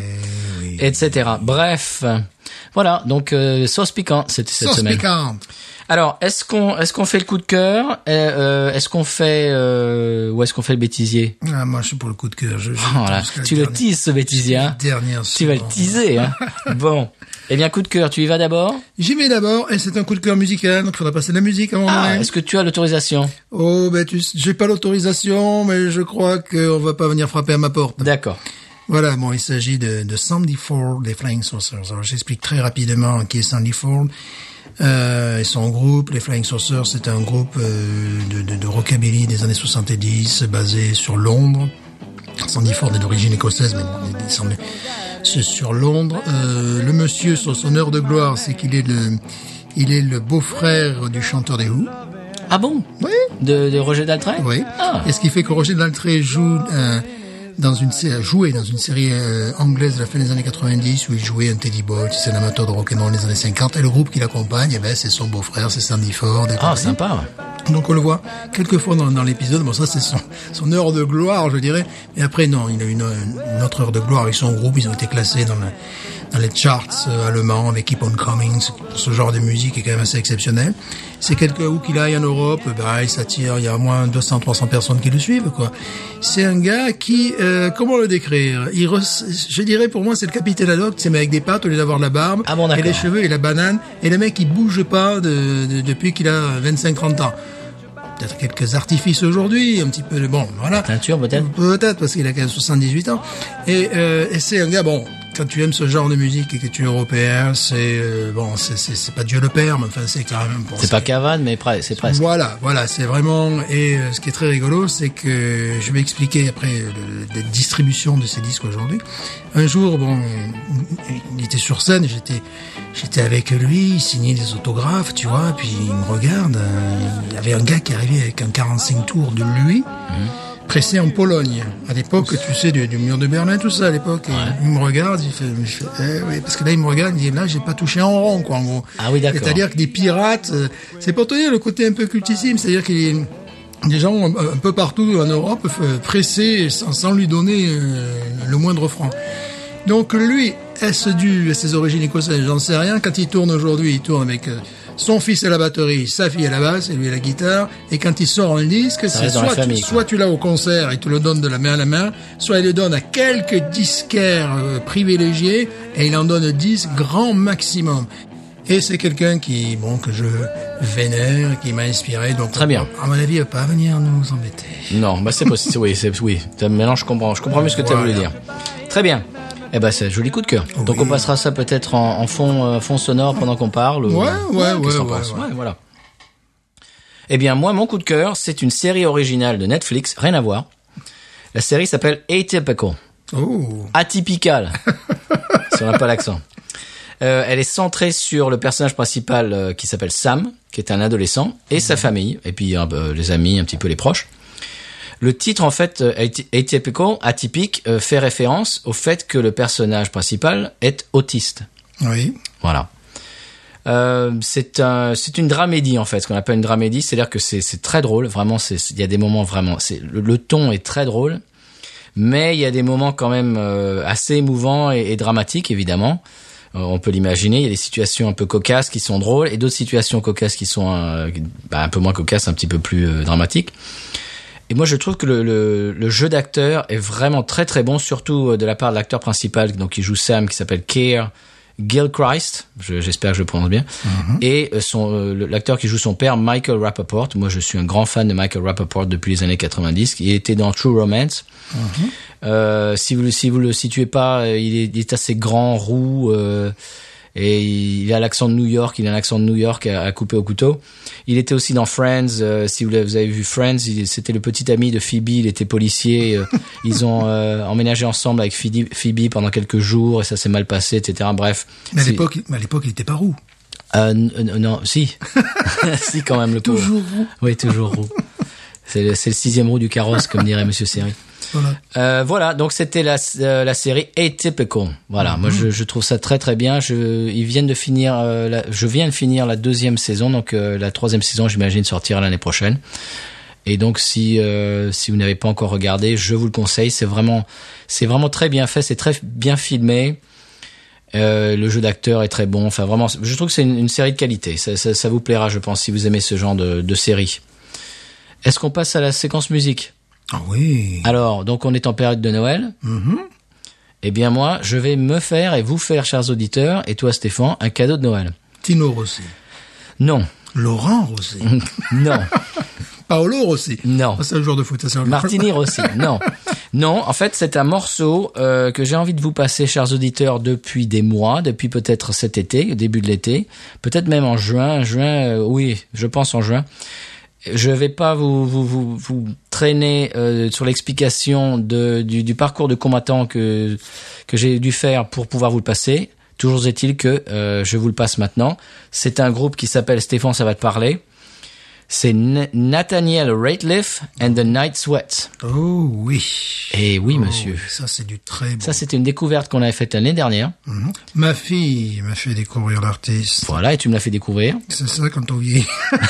etc. Bref, voilà. Donc sauce piquante, c'était cette semaine. Sauce piquante. Alors, est-ce qu'on fait le coup de cœur? Est-ce qu'on fait ou est-ce qu'on fait le bêtisier? Ah, moi, je suis pour le coup de cœur. Voilà. Tu le teases, ce bêtisier, hein? Tu vas le teaser, hein? Bon. Eh bien, coup de cœur, tu y vas d'abord? J'y vais d'abord, et c'est un coup de cœur musical, donc il faudra passer de la musique avant. Est-ce que tu as l'autorisation? Oh, j'ai pas l'autorisation, mais je crois qu'on va pas venir frapper à ma porte. D'accord. Voilà, bon, il s'agit de Sandy Ford, des Flying Saucers. Alors, j'explique très rapidement qui est Sandy Ford. Et son groupe, les Flying Saucers, c'est un groupe de rockabilly des années 70, basé sur Londres. Sandy Ford est d'origine écossaise, mais c'est sur Londres. Le monsieur, son heure de gloire, c'est qu'il est le beau-frère du chanteur des Who. Ah bon? Oui. De Roger Daltrey? Oui. Ah. Et ce qui fait que Roger Daltrey jouait dans une série anglaise de la fin des années 90 où il jouait un Teddy Boy, c'est un amateur de rock'n'roll des années 50, et le groupe qui l'accompagne, c'est son beau-frère, c'est Sandy Ford. Ah, sympa. Donc on le voit quelques fois dans l'épisode. Bon, ça c'est son heure de gloire, je dirais. Mais après non, il a une autre heure de gloire avec son groupe. Ils ont été classés dans les charts allemands avec Keep On Coming. Ce genre de musique est quand même assez exceptionnel. C'est quelqu'un où qu'il aille en Europe, il s'attire. Il y a au moins 200-300 personnes qui le suivent, quoi. C'est un gars qui, comment le décrire? Je dirais pour moi c'est le Capitaine Haddock, c'est mais avec des pattes au lieu d'avoir la barbe et les cheveux et la banane. Et le mec il bouge pas depuis qu'il a 25-30 ans. Peut-être quelques artifices aujourd'hui, un petit peu de bon, voilà. Teinture peut-être. Peut-être parce qu'il a quand même 78 ans. Et c'est un gars bon. Quand tu aimes ce genre de musique et que tu es européen, c'est pas Dieu le Père, mais enfin c'est quand même. Bon, c'est pas Cavane, mais c'est presque. Voilà, c'est vraiment. Et ce qui est très rigolo, c'est que je vais expliquer après la distribution de ces disques aujourd'hui. Un jour, il était sur scène, j'étais avec lui, il signait des autographes, tu vois, puis il me regarde. Il y avait un gars qui arrivait avec un 45 tours de lui. Pressé en Pologne. À l'époque, tu sais, du mur de Berlin, tout ça, à l'époque. Ouais. Il me regarde, oui, parce que là, il me regarde, il dit, là, j'ai pas touché en rond, quoi, en gros. Ah oui, d'accord. C'est-à-dire que des pirates, c'est pour te dire le côté un peu cultissime, c'est-à-dire qu'il y a des gens un peu partout en Europe pressés sans lui donner le moindre franc. Donc, lui, est-ce dû à ses origines écossaises? J'en sais rien. Quand il tourne aujourd'hui, il tourne avec son fils à la batterie, sa fille à la basse et lui à la guitare. Et quand il sort un disque, c'est soit tu l'as au concert et tu le donnes de la main à la main, soit il le donne à quelques disquaires privilégiés et il en donne 10 grand maximum. Et c'est quelqu'un que je vénère, qui m'a inspiré. Donc, très bien. À mon avis, il va pas venir nous embêter. Non, c'est possible. oui. Maintenant, je comprends mieux ce que tu as voulu dire. Très bien. Eh ben, c'est un joli coup de cœur. Oui. Donc, on passera ça peut-être en fond sonore pendant qu'on parle. Ouais, voilà. Eh bien, moi, mon coup de cœur, c'est une série originale de Netflix, rien à voir. La série s'appelle Atypical. Oh. Atypical. Si on n'a pas l'accent. Elle est centrée sur le personnage principal qui s'appelle Sam, qui est un adolescent, et sa famille, et puis les amis, un petit peu les proches. Le titre, en fait, Atypical, atypique, fait référence au fait que le personnage principal est autiste. Oui. Voilà. C'est une dramédie en fait, ce qu'on appelle une dramédie, c'est-à-dire que c'est très drôle, vraiment. Il y a des moments vraiment, le ton est très drôle, mais il y a des moments quand même assez émouvants et dramatiques évidemment. On peut l'imaginer. Il y a des situations un peu cocasses qui sont drôles et d'autres situations cocasses qui sont un peu moins cocasses, un petit peu plus dramatiques. Et moi, je trouve que le jeu d'acteur est vraiment très très bon, surtout de la part de l'acteur principal, donc qui joue Sam, qui s'appelle Keir Gilchrist. J'espère que je le prononce bien. Et l'acteur qui joue son père, Michael Rappaport. Moi, je suis un grand fan de Michael Rappaport depuis les années 90. Il était dans True Romance. Si vous le situez pas, il est assez grand, roux, et il a l'accent de New York. Il a un accent de New York à couper au couteau. Il était aussi dans Friends. Si vous avez vu Friends, c'était le petit ami de Phoebe. Il était policier. Ils ont emménagé ensemble avec Phoebe pendant quelques jours et ça s'est mal passé, etc. Bref. Mais à l'époque, il était pas roux. Non, si, si quand même le pauvre. Toujours roux. Oui, toujours roux. C'est le 6e roue du carrosse, comme dirait Monsieur Seri. Voilà, donc c'était la série Atypical. Voilà, moi je trouve ça très très bien. Je viens de finir la 2e saison, donc la 3e saison j'imagine sortira l'année prochaine. Et donc si vous n'avez pas encore regardé, je vous le conseille. C'est vraiment très bien fait, c'est très bien filmé. Le jeu d'acteur est très bon. Enfin vraiment, je trouve que c'est une série de qualité. Ça vous plaira, je pense, si vous aimez ce genre de série. Est-ce qu'on passe à la séquence musique? Ah oui. Alors, donc on est en période de Noël. Eh bien moi, je vais me faire et vous faire, chers auditeurs, et toi Stéphane, un cadeau de Noël. Tino Rossi. Non. Laurent Rossi. Non. Paolo Rossi. Non. C'est le joueur de foot. Martini Rossi. Non. Non, en fait, c'est un morceau que j'ai envie de vous passer, chers auditeurs, depuis des mois, depuis peut-être cet été, au début de l'été, peut-être même en juin. Oui, je pense en juin. Je vais pas vous traîner sur l'explication du parcours de combattant que j'ai dû faire pour pouvoir vous le passer. Toujours est-il que je vous le passe maintenant. C'est un groupe qui s'appelle, Stéphane, ça va te parler. C'est Nathaniel Rateliff and the Night Sweats. Oh oui. Et oui, monsieur. Ça, c'est du très bon. Ça, c'était une découverte qu'on avait faite l'année dernière. Ma fille m'a fait découvrir l'artiste. Voilà, et tu me l'as fait découvrir. C'est ça quand on vieillit.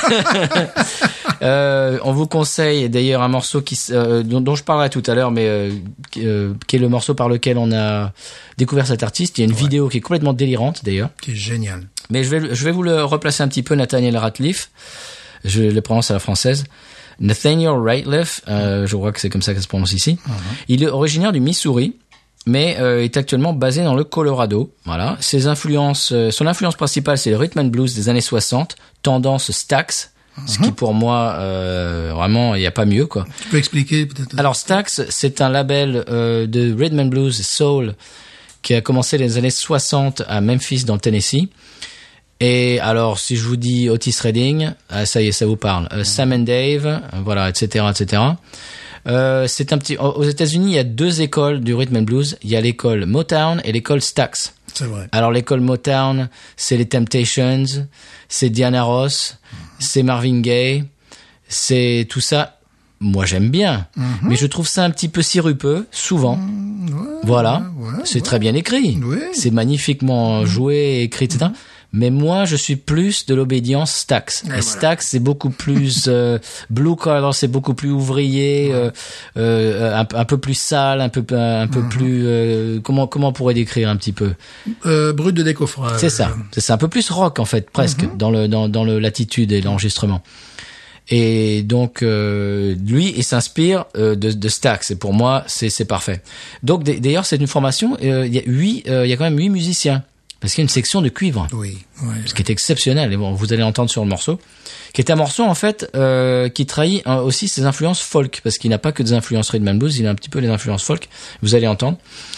On vous conseille d'ailleurs un morceau dont je parlerai tout à l'heure, mais qui est le morceau par lequel on a découvert cet artiste. Il y a une vidéo qui est complètement délirante d'ailleurs. Qui est géniale. Mais je vais vous le replacer un petit peu, Nathaniel Rateliff. Je le prononce à la française. Nathaniel Rateliff, je crois que c'est comme ça que ça se prononce ici. Il est originaire du Missouri, mais est actuellement basé dans le Colorado. Voilà. Son influence principale, c'est le rhythm and blues des années 60, tendance Stax. Ce qui pour moi vraiment il n'y a pas mieux quoi. Tu peux expliquer peut-être? Alors Stax, c'est un label de rhythm and blues soul qui a commencé les années 60 à Memphis dans le Tennessee. Et alors si je vous dis Otis Redding, ça y est, ça vous parle. Sam and Dave, voilà, etc., etc. C'est un petit. Aux États-Unis, il y a 2 écoles du rhythm and blues. Il y a l'école Motown et l'école Stax. C'est vrai. Alors l'école Motown, c'est les Temptations, c'est Diana Ross, c'est Marvin Gaye, c'est tout ça. Moi j'aime bien, mais je trouve ça un petit peu sirupeux, souvent. Voilà, c'est très bien écrit, c'est magnifiquement joué, écrit, etc. Mais moi, je suis plus de l'obédience Stax. Et Stax, c'est beaucoup plus blue collar, c'est beaucoup plus ouvrier, un peu plus sale, un peu plus comment on pourrait décrire un petit peu brut de décoffrage. C'est ça, un peu plus rock en fait, presque dans l'attitude et l'enregistrement. Et donc lui, il s'inspire de Stax. Et pour moi, c'est parfait. Donc d'ailleurs, c'est une formation. Il y a quand même 8 musiciens. Parce qu'il y a une section de cuivre. Oui. Ce qui est exceptionnel. Et bon, vous allez l'entendre sur le morceau. Qui est un morceau, en fait, qui trahit aussi ses influences folk. Parce qu'il n'a pas que des influences rhythm and blues, il a un petit peu des influences folk. Vous allez entendre.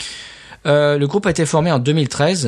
Le groupe a été formé en 2013.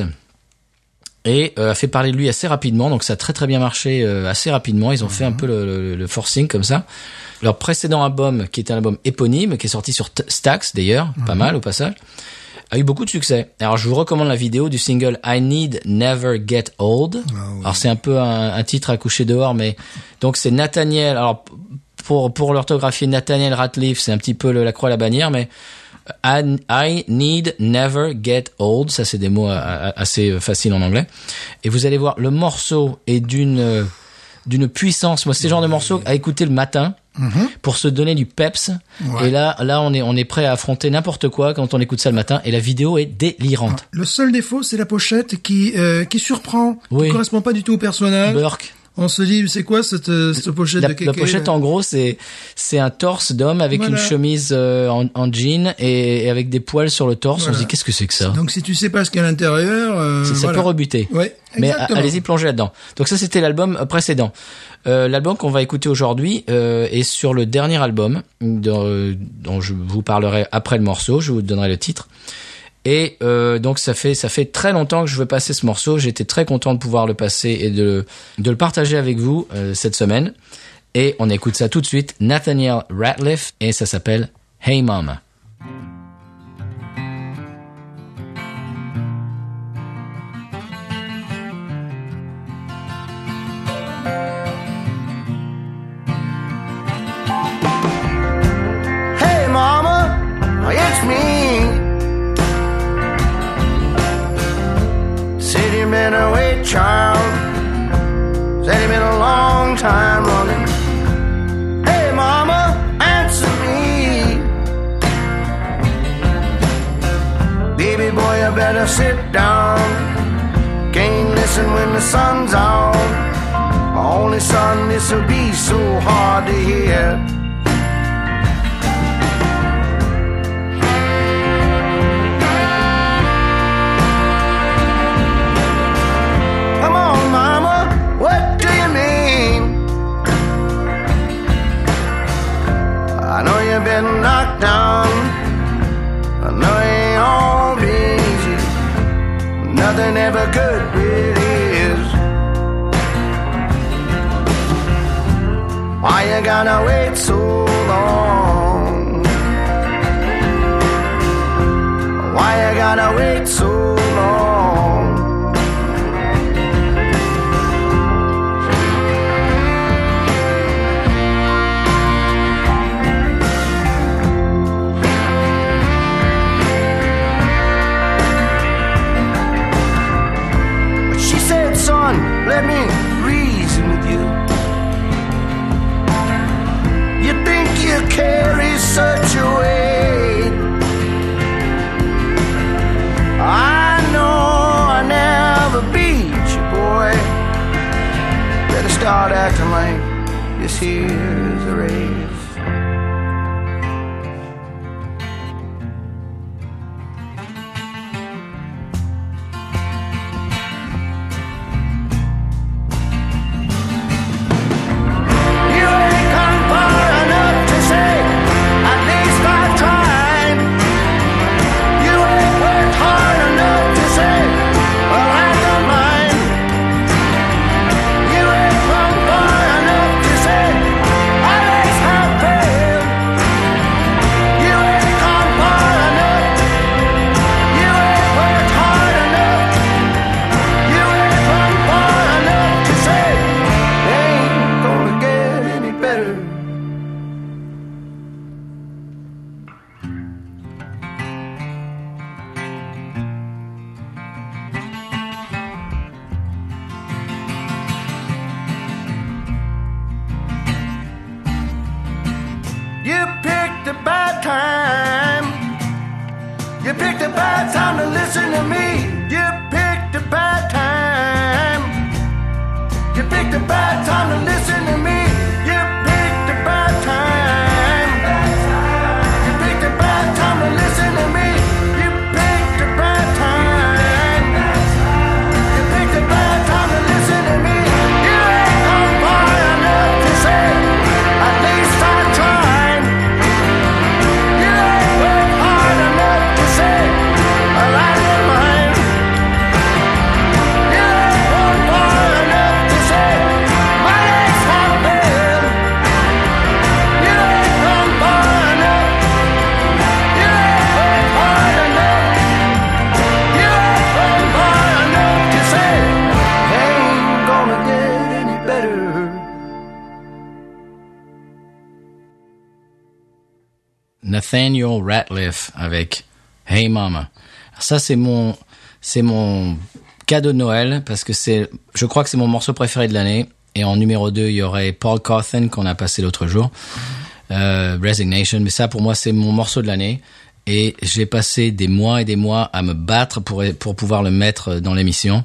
Et a fait parler de lui assez rapidement. Donc ça a très très bien marché assez rapidement. Ils ont fait un peu le forcing comme ça. Leur précédent album, qui était un album éponyme, qui est sorti sur Stax d'ailleurs, pas mal au passage, a eu beaucoup de succès. Alors je vous recommande la vidéo du single I Need Never Get Old. Alors c'est un peu un titre à coucher dehors, mais donc c'est Nathaniel. Alors pour l'orthographier, Nathaniel Rateliff, c'est un petit peu la croix à la bannière, mais I need never get old. Ça, c'est des mots assez faciles en anglais. Et vous allez voir, le morceau est d'une puissance. Moi, c'est le genre de morceau à écouter le matin. Pour se donner du peps. Ouais. Et là, on est prêt à affronter n'importe quoi quand on écoute ça le matin. Et la vidéo est délirante. Le seul défaut, c'est la pochette qui surprend. Oui. Qui correspond pas du tout au personnage. Burk. On se dit, c'est quoi cette pochette de kéké? La pochette, en gros, c'est un torse d'homme avec une chemise en jean et avec des poils sur le torse. Voilà. On se dit, qu'est-ce que c'est que ça? Donc, si tu sais pas ce qu'il y a à l'intérieur, ça peut rebuter. Ouais, mais allez-y plonger là-dedans. Donc ça, c'était l'album précédent. L'album qu'on va écouter aujourd'hui est sur le dernier album dont je vous parlerai après le morceau. Je vous donnerai le titre. Et donc ça fait très longtemps que je veux passer ce morceau. J'étais très content de pouvoir le passer et de le partager avec vous cette semaine. Et on écoute ça tout de suite. Nathaniel Rateliff et ça s'appelle Hey Mama. Hey Mama, it's me. Said you've been away, child. Said you've been a long time running. Hey, Mama, answer me. Baby boy, you better sit down. Can't listen when the sun's out. Only son, this'll be so hard to hear. I know you've been knocked down. I know it ain't all been easy. Nothing ever good really is. Why you gotta wait so long? Why you gotta wait so long? Son, let me reason with you. You think you carry such a weight. I know I never beat you, boy. Better start acting like this here's a race. You picked a bad time. You picked a bad time to listen to me. You picked a bad time. You picked a bad time to listen to me. You picked a bad time. You picked a bad time to listen to me. You picked a bad time. You picked a bad time to listen to me. You ain't come far enough to say, at least I tried. You ain't worked hard enough to say, well, I didn't mind. You ain't gone far enough to say, my legs Nathaniel Rateliff avec Hey Mama. Alors ça, c'est mon cadeau de Noël parce que je crois que c'est mon morceau préféré de l'année. Et en numéro 2, il y aurait Paul Cawthon qu'on a passé l'autre jour. Resignation. Mais ça, pour moi, c'est mon morceau de l'année. Et j'ai passé des mois et des mois à me battre pour pouvoir le mettre dans l'émission.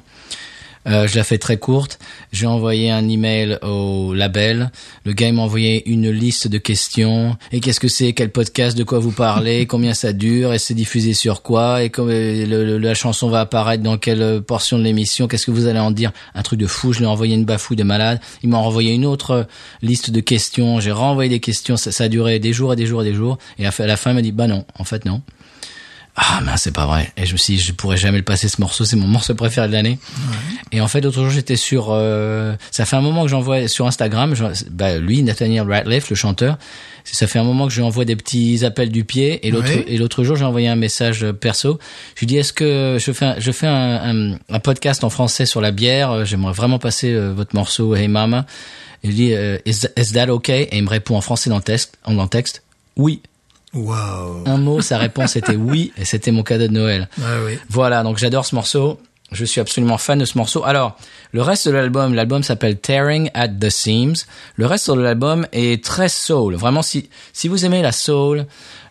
Je la fais très courte. J'ai envoyé un email au label. Le gars il m'a envoyé une liste de questions. Et qu'est-ce que c'est? Quel podcast? De quoi vous parlez? Combien ça dure? Et c'est diffusé sur quoi? Et la chanson va apparaître dans quelle portion de l'émission? Qu'est-ce que vous allez en dire? Un truc de fou. Je lui ai envoyé une bafouille de malade. Il m'a renvoyé une autre liste de questions. J'ai renvoyé des questions. Ça a duré des jours et des jours et des jours. Et à la fin, il m'a dit, bah non, en fait non. Ah mince, c'est pas vrai. Et je me suis dit, je pourrais jamais le passer ce morceau, c'est mon morceau préféré de l'année. Ouais. Et en fait, l'autre jour, j'étais sur ça fait un moment que j'envoie sur Instagram, lui, Nathaniel Rateliff, le chanteur, ça fait un moment que je lui envoie des petits appels du pied et l'autre jour, j'ai envoyé un message perso. Je lui dis est-ce que je fais un podcast en français sur la bière, j'aimerais vraiment passer votre morceau Hey Mama. Et il dit is that okay? Et il me répond en français dans le texte. Oui. Wow. Un mot, sa réponse était oui, et c'était mon cadeau de Noël. Ah oui. Voilà, donc j'adore ce morceau. Je suis absolument fan de ce morceau. Alors, le reste de l'album s'appelle Tearing at the Seams. Le reste de l'album est très soul. Vraiment, si vous aimez la soul,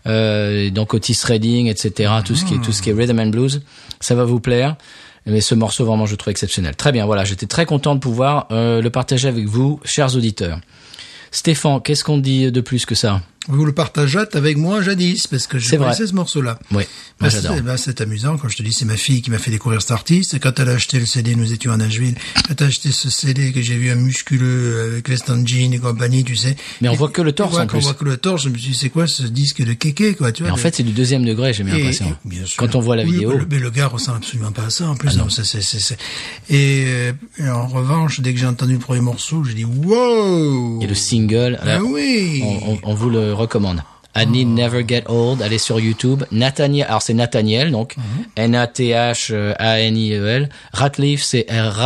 donc Otis Redding, etc., tout ce qui est rhythm and blues, ça va vous plaire. Mais ce morceau, vraiment, je le trouve exceptionnel. Très bien, voilà, j'étais très content de pouvoir le partager avec vous, chers auditeurs. Stéphane, qu'est-ce qu'on dit de plus que ça? Vous le partagâtes avec moi jadis, parce que je connaissais ce morceau-là. Oui, moi j'adore. C'est amusant, quand je te dis, c'est ma fille qui m'a fait découvrir cet artiste. Quand elle a acheté le CD, nous étions à Nashville, quand elle a acheté ce CD que j'ai vu un musculeux avec les Jean et compagnie, tu sais. Mais on voit que le torse en plus. On voit que le torse, je me suis dit, c'est quoi ce disque de kéké, quoi, tu vois. Mais en fait, c'est du deuxième degré, j'ai bien l'impression. Bien sûr. Quand on voit la vidéo. Mais le gars ressemble absolument pas à ça, en plus. Non, Et en revanche, dès que j'ai entendu le premier morceau, j'ai dit, wow! Et le single. Ah oui! On vous le recommande. I Need Never Get Old, allez sur YouTube. Nathaniel, alors c'est Nathaniel, donc Nathaniel. Rateliff, c'est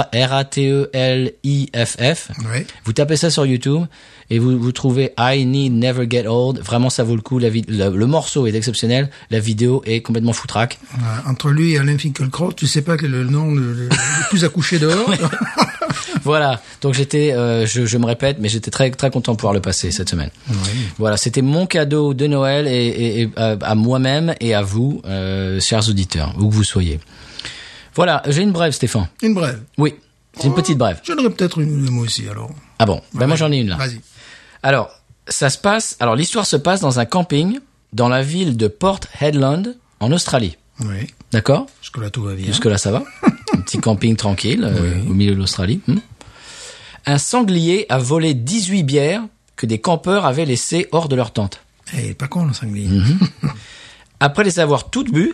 Rateliff. Oui. Vous tapez ça sur YouTube et vous trouvez I Need Never Get Old. Vraiment, ça vaut le coup. Le morceau est exceptionnel. La vidéo est complètement foutraque. Entre lui et Alain Finkielkraut, tu sais pas quel est le nom le plus accouché dehors. Voilà. Donc je me répète, mais j'étais très très content de pouvoir le passer cette semaine. Oui. Voilà, c'était mon cadeau de Noël et à moi-même et à vous, chers auditeurs, où que vous soyez. Voilà, j'ai une brève, Stéphane. Une brève. Oui, c'est une petite brève. J'en aurais peut-être une moi aussi alors. Ah bon, ben moi j'en ai une là. Vas-y. Alors, l'histoire se passe dans un camping dans la ville de Port Hedland en Australie. Oui. D'accord? Jusque-là tout va bien. Jusque-là ça va. Un petit camping tranquille au milieu de l'Australie. Un sanglier a volé 18 bières que des campeurs avaient laissées hors de leur tente. Eh, pas con le sanglier. Après les avoir toutes bues,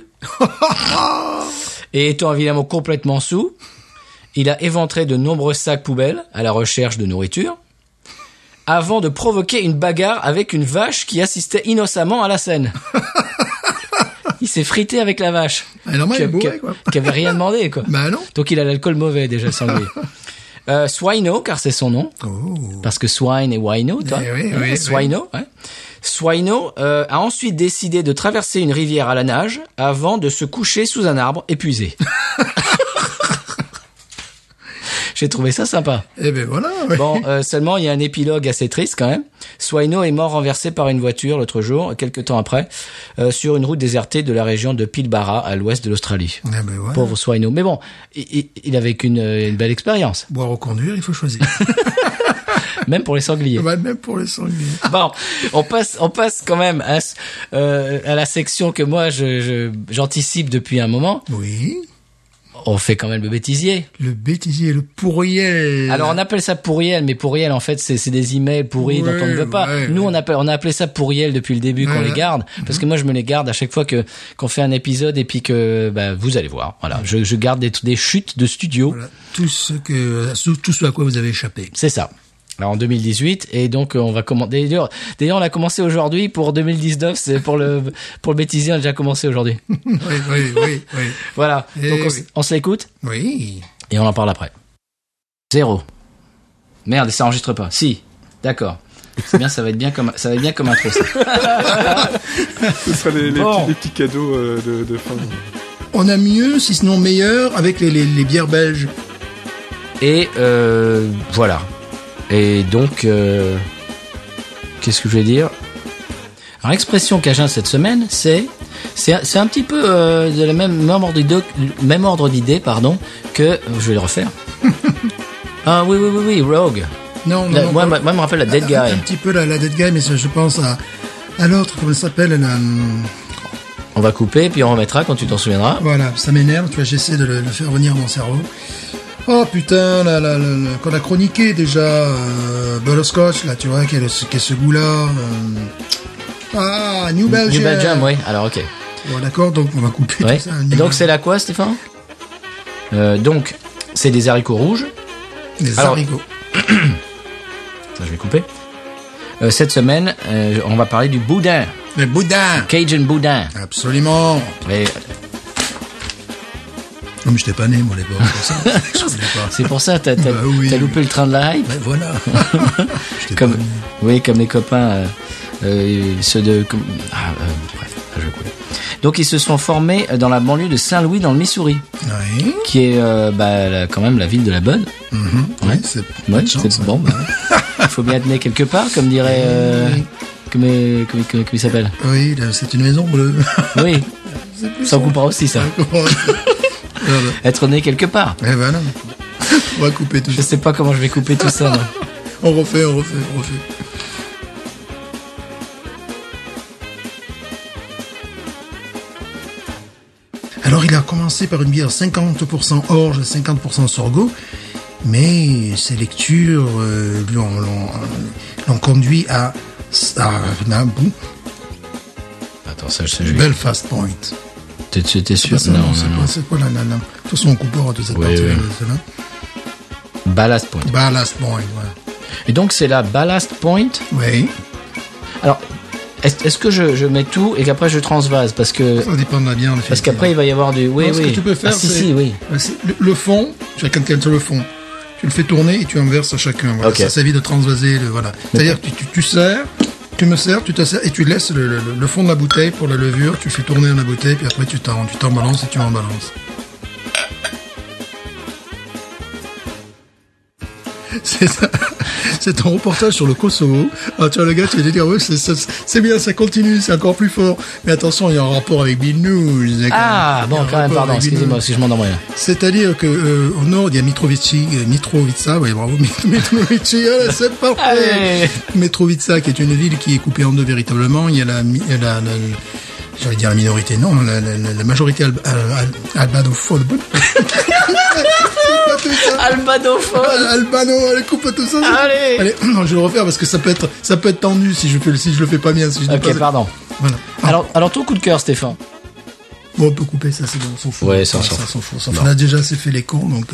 et étant évidemment complètement saoul, il a éventré de nombreux sacs poubelles à la recherche de nourriture, avant de provoquer une bagarre avec une vache qui assistait innocemment à la scène. Il s'est frité avec la vache. Qui avait rien demandé, quoi. Bah non. Donc il a l'alcool mauvais, déjà, le sanglier. Swino, car c'est son nom. Oh. Parce que swine et wino, toi. Oui, Swino, ouais. Swino a ensuite décidé de traverser une rivière à la nage avant de se coucher sous un arbre épuisé. J'ai trouvé ça sympa. Eh ben voilà. Ouais. Bon, seulement il y a un épilogue assez triste quand même. Swino est mort renversé par une voiture l'autre jour, quelques temps après, sur une route désertée de la région de Pilbara, à l'ouest de l'Australie. Eh ben voilà. Pauvre Swino. Mais bon, il avait une belle expérience. Boire ou conduire, il faut choisir. Même pour les sangliers. Ouais, même pour les sangliers. Bon, on passe quand même à la section que moi j'anticipe depuis un moment. Oui. On fait quand même le bêtisier. Le bêtisier, le pourriel. Alors on appelle ça pourriel, mais pourriel en fait c'est des emails pourris dont on ne veut pas. Nous on a appelé ça pourriel depuis le début qu'on les garde, parce que moi je me les garde à chaque fois qu'on fait un épisode et puis que vous allez voir. Voilà, je garde des chutes de studio. Voilà, tout ce à quoi vous avez échappé. C'est ça. Alors en 2018 et donc on va commencer. D'ailleurs on a commencé aujourd'hui pour 2019. C'est pour le bêtisier on a déjà commencé aujourd'hui. oui. Voilà. Donc on se l'écoute. Oui. Et on en parle après. 0. Merde, ça enregistre pas. Si. D'accord. C'est bien, ça va être bien comme intro, ça. Ce sera les Bon. petits cadeaux de fin. On a mieux, si ce n'est meilleur, avec les bières belges. Et voilà. Et donc, qu'est-ce que je vais dire? Alors, l'expression cajun cette semaine, c'est un petit peu de la même ordre d'idée, pardon, que je vais le refaire. Ah oui, Rogue. Non, Moi, je me rappelle la Dead Guy. Un petit peu la Dead Guy, mais je pense à l'autre, comment elle s'appelle On va couper, puis on remettra quand tu t'en souviendras. Voilà, ça m'énerve, tu vois, j'essaie de le faire venir dans mon cerveau. Oh putain, qu'on a chroniqué déjà, Butterscotch, là, tu vois, qui est ce goût-là. New Belgium. New Belgium, oui. Alors, ok. Bon, d'accord, donc on va couper Ouais. tout ça. Et donc, c'est là quoi, Stéphane? Donc, c'est des haricots rouges. Des Alors- haricots. Ça, je vais couper. Cette semaine, on va parler du boudin. Les boudins. Cajun boudin. Absolument. Et Non, mais j'étais pas né, moi, à l'époque, pour ça. Je savais pas. c'est pour ça, t'as Bah oui. loupé le train de la hype. Ouais, voilà. J'étais Comme, pas né. oui, comme les copains, ceux de, bref, je vais couper. Donc, ils se sont formés dans la banlieue de Saint-Louis, dans le Missouri, Oui. qui est, quand même la ville de la bonne. Ouais, c'est Ouais, pas de chance, c'est bon. Bah, il faut bien être né quelque part, comme dirait, comment il s'appelle? Oui, là, c'est une maison bleue. Oui. Ça coupera aussi, ça. Voilà. Être né quelque part. Et voilà. On va couper tout Je ça. sais pas comment je vais couper tout ça, moi. On refait. Alors, il a commencé par une bière 50% orge et 50% sorgho, mais ses lectures l'ont conduit à Attends, ça, je sais. Belfast Point. T'es sûr? C'est c'est quoi là. De toute façon, on coupera toute cette Oui, partie. oui. Là. Ballast Point. Ballast Point, ouais. Et donc, c'est la Ballast Point. Oui, Alors, est-ce que je mets tout et qu'après je transvase? Parce que, ça dépend de la bière. parce qu'après, il va y avoir du, oui, Non, ce oui. que tu peux faire, ah, si, c'est- si, oui. C'est le fond, chacun sur le fond. Tu le fais tourner et tu en verses à chacun. Voilà. Ok. Ça évite de transvaser. Voilà. C'est-à-dire que tu sers, tu me sers, tu te sers et tu laisses le fond de la bouteille pour la levure. Tu fais tourner dans la bouteille puis après tu t'en balances et tu en balances. C'est ça. C'est un reportage sur le Kosovo. Ah, tu vois, le gars, tu vas te dire, ouais, c'est bien, ça continue, c'est encore plus fort. Mais attention, il y a un rapport avec Bill News. Il y a Ah, un bon, quand même, rapport pardon, avec Bill excusez-moi News. si je m'en envoie. C'est-à-dire que au nord, il y a Mitrovica, oui, bravo, Mitrovica, c'est parfait. Allez. Mitrovica, qui est une ville qui est coupée en deux véritablement. Il y a j'allais dire la minorité, non, la majorité albanophone. Albanophone. Albano, allez, coupe tout ça. Allez. Non, je vais le refaire parce que ça peut être tendu si je le fais pas bien. Si je dis Ok, pas- pardon. Voilà. Alors, ton coup de cœur, Stéphane. Bon, on peut couper ça, c'est bon, on s'en fout. Ouais, ça, on s'en s'en fout. On a déjà assez fait les cons, donc.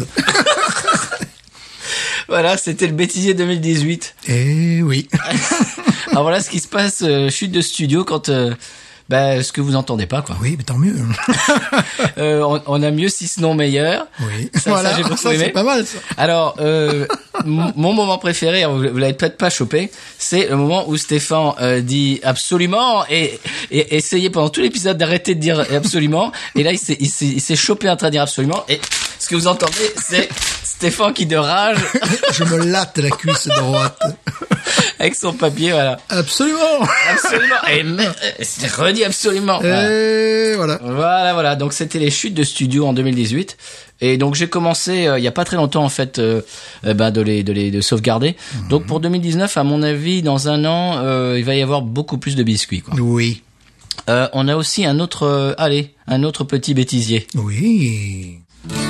Voilà, c'était le bêtisier 2018. Eh oui. Alors voilà ce qui se passe, chute de studio quand, ce que vous entendez pas, quoi. Oui, mais tant mieux. On a mieux, si ce non meilleur. Oui. Ça, voilà. j'ai beaucoup Ça, aimé. c'est pas mal, ça. Alors, mon moment préféré, vous l'avez peut-être pas chopé, c'est le moment où Stéphane dit absolument et essayait pendant tout l'épisode d'arrêter de dire absolument. Et là, il s'est chopé en train de dire absolument. Et ce que vous entendez, c'est Stéphane qui de rage Je me latte la cuisse droite. avec son papier, voilà. Absolument. Absolument. Et c'est redit absolument. Voilà. Et voilà. Voilà. Donc c'était les chutes de studio en 2018. Et donc j'ai commencé il y a pas très longtemps en fait de sauvegarder. Donc pour 2019, à mon avis, dans un an, il va y avoir beaucoup plus de biscuits, quoi. Oui. On a aussi un autre petit bêtisier. Oui.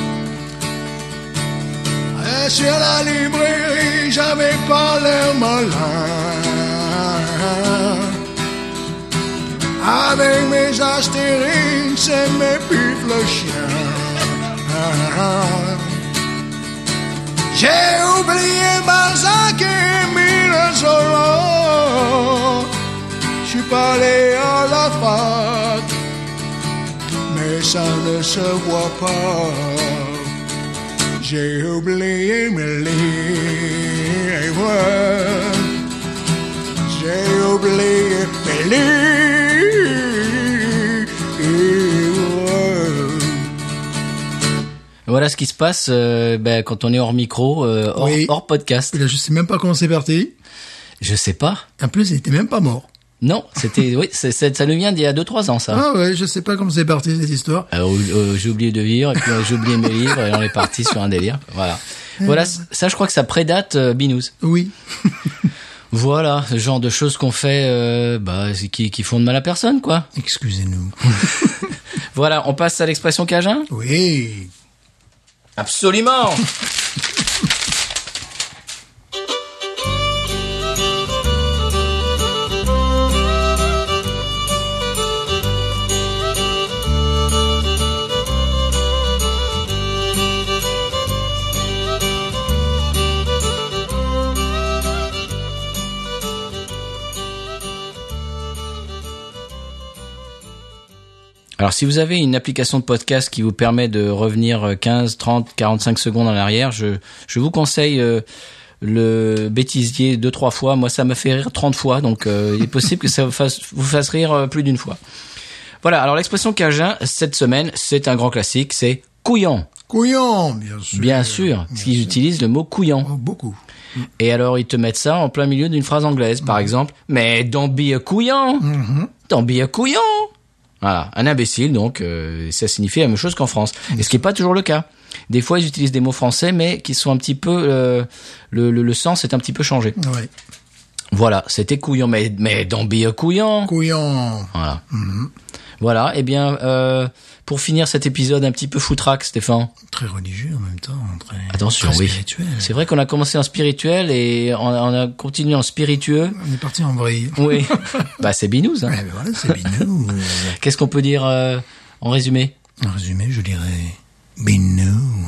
Sur la librairie, j'avais pas l'air malin. Avec mes astérix et mes pifs le chien. J'ai oublié Balzac et Émile Zola. Je suis pas allé à la fac, mais ça ne se voit pas. J'ai oublié mes livres. j'ai oublié mes livres. Voilà ce qui se passe quand on est hors micro, hors podcast. Et là, je sais même pas comment c'est parti. Je sais pas. En plus, il était même pas mort. Non, c'était oui, ça nous vient d'il y a 2-3 ans ça. Ah ouais, je sais pas comment c'est parti cette histoire. J'ai oublié de vivre et puis j'ai oublié mes livres et on est parti sur un délire. Voilà, ça je crois que ça prédate Binous. Oui. Voilà, ce genre de choses qu'on fait qui font de mal à personne quoi. Excusez-nous. Voilà, on passe à l'expression cajun ? Oui. Absolument. Alors, si vous avez une application de podcast qui vous permet de revenir 15, 30, 45 secondes en arrière, je vous conseille le bêtisier 2-3 fois. Moi, ça me fait rire 30 fois, donc il est possible que ça vous fasse rire plus d'une fois. Voilà, alors l'expression cajun, cette semaine, c'est un grand classique, c'est couillon. Couillon, bien sûr. Bien sûr, parce qu'ils utilisent le mot couillon. Oh, beaucoup. Et alors, ils te mettent ça en plein milieu d'une phrase anglaise, par exemple. Mais don't be a couillon. Don't be a couillon. Voilà, un imbécile, donc ça signifie la même chose qu'en France. Et ce qui n'est pas toujours le cas. Des fois, ils utilisent des mots français, mais qui sont un petit peu... le sens est un petit peu changé. Ouais. Voilà, c'était couillon, mais don't be a couillon. Couillon. Voilà. Voilà, eh bien, pour finir cet épisode un petit peu foutraque, Stéphane. Très religieux en même temps. Très, attention, très oui. Spirituel. C'est vrai qu'on a commencé en spirituel et on a continué en spiritueux. On est parti en vrille. Oui. Bah, c'est Binous, hein. Ouais, ben voilà, c'est Binous. Qu'est-ce qu'on peut dire en résumé? En résumé, je dirais Binous.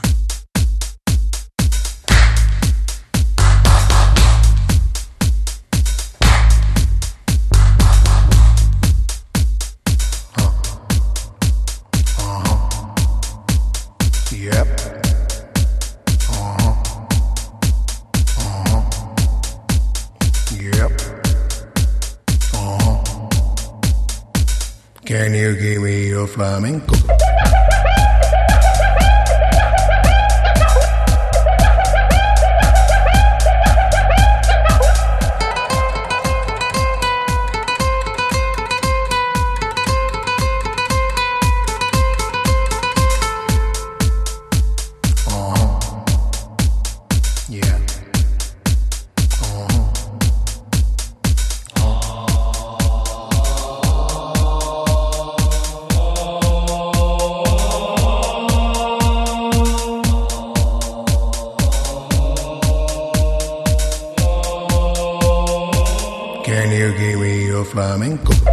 Can you give me your flamenco? Yeah. Can you give me your flamenco?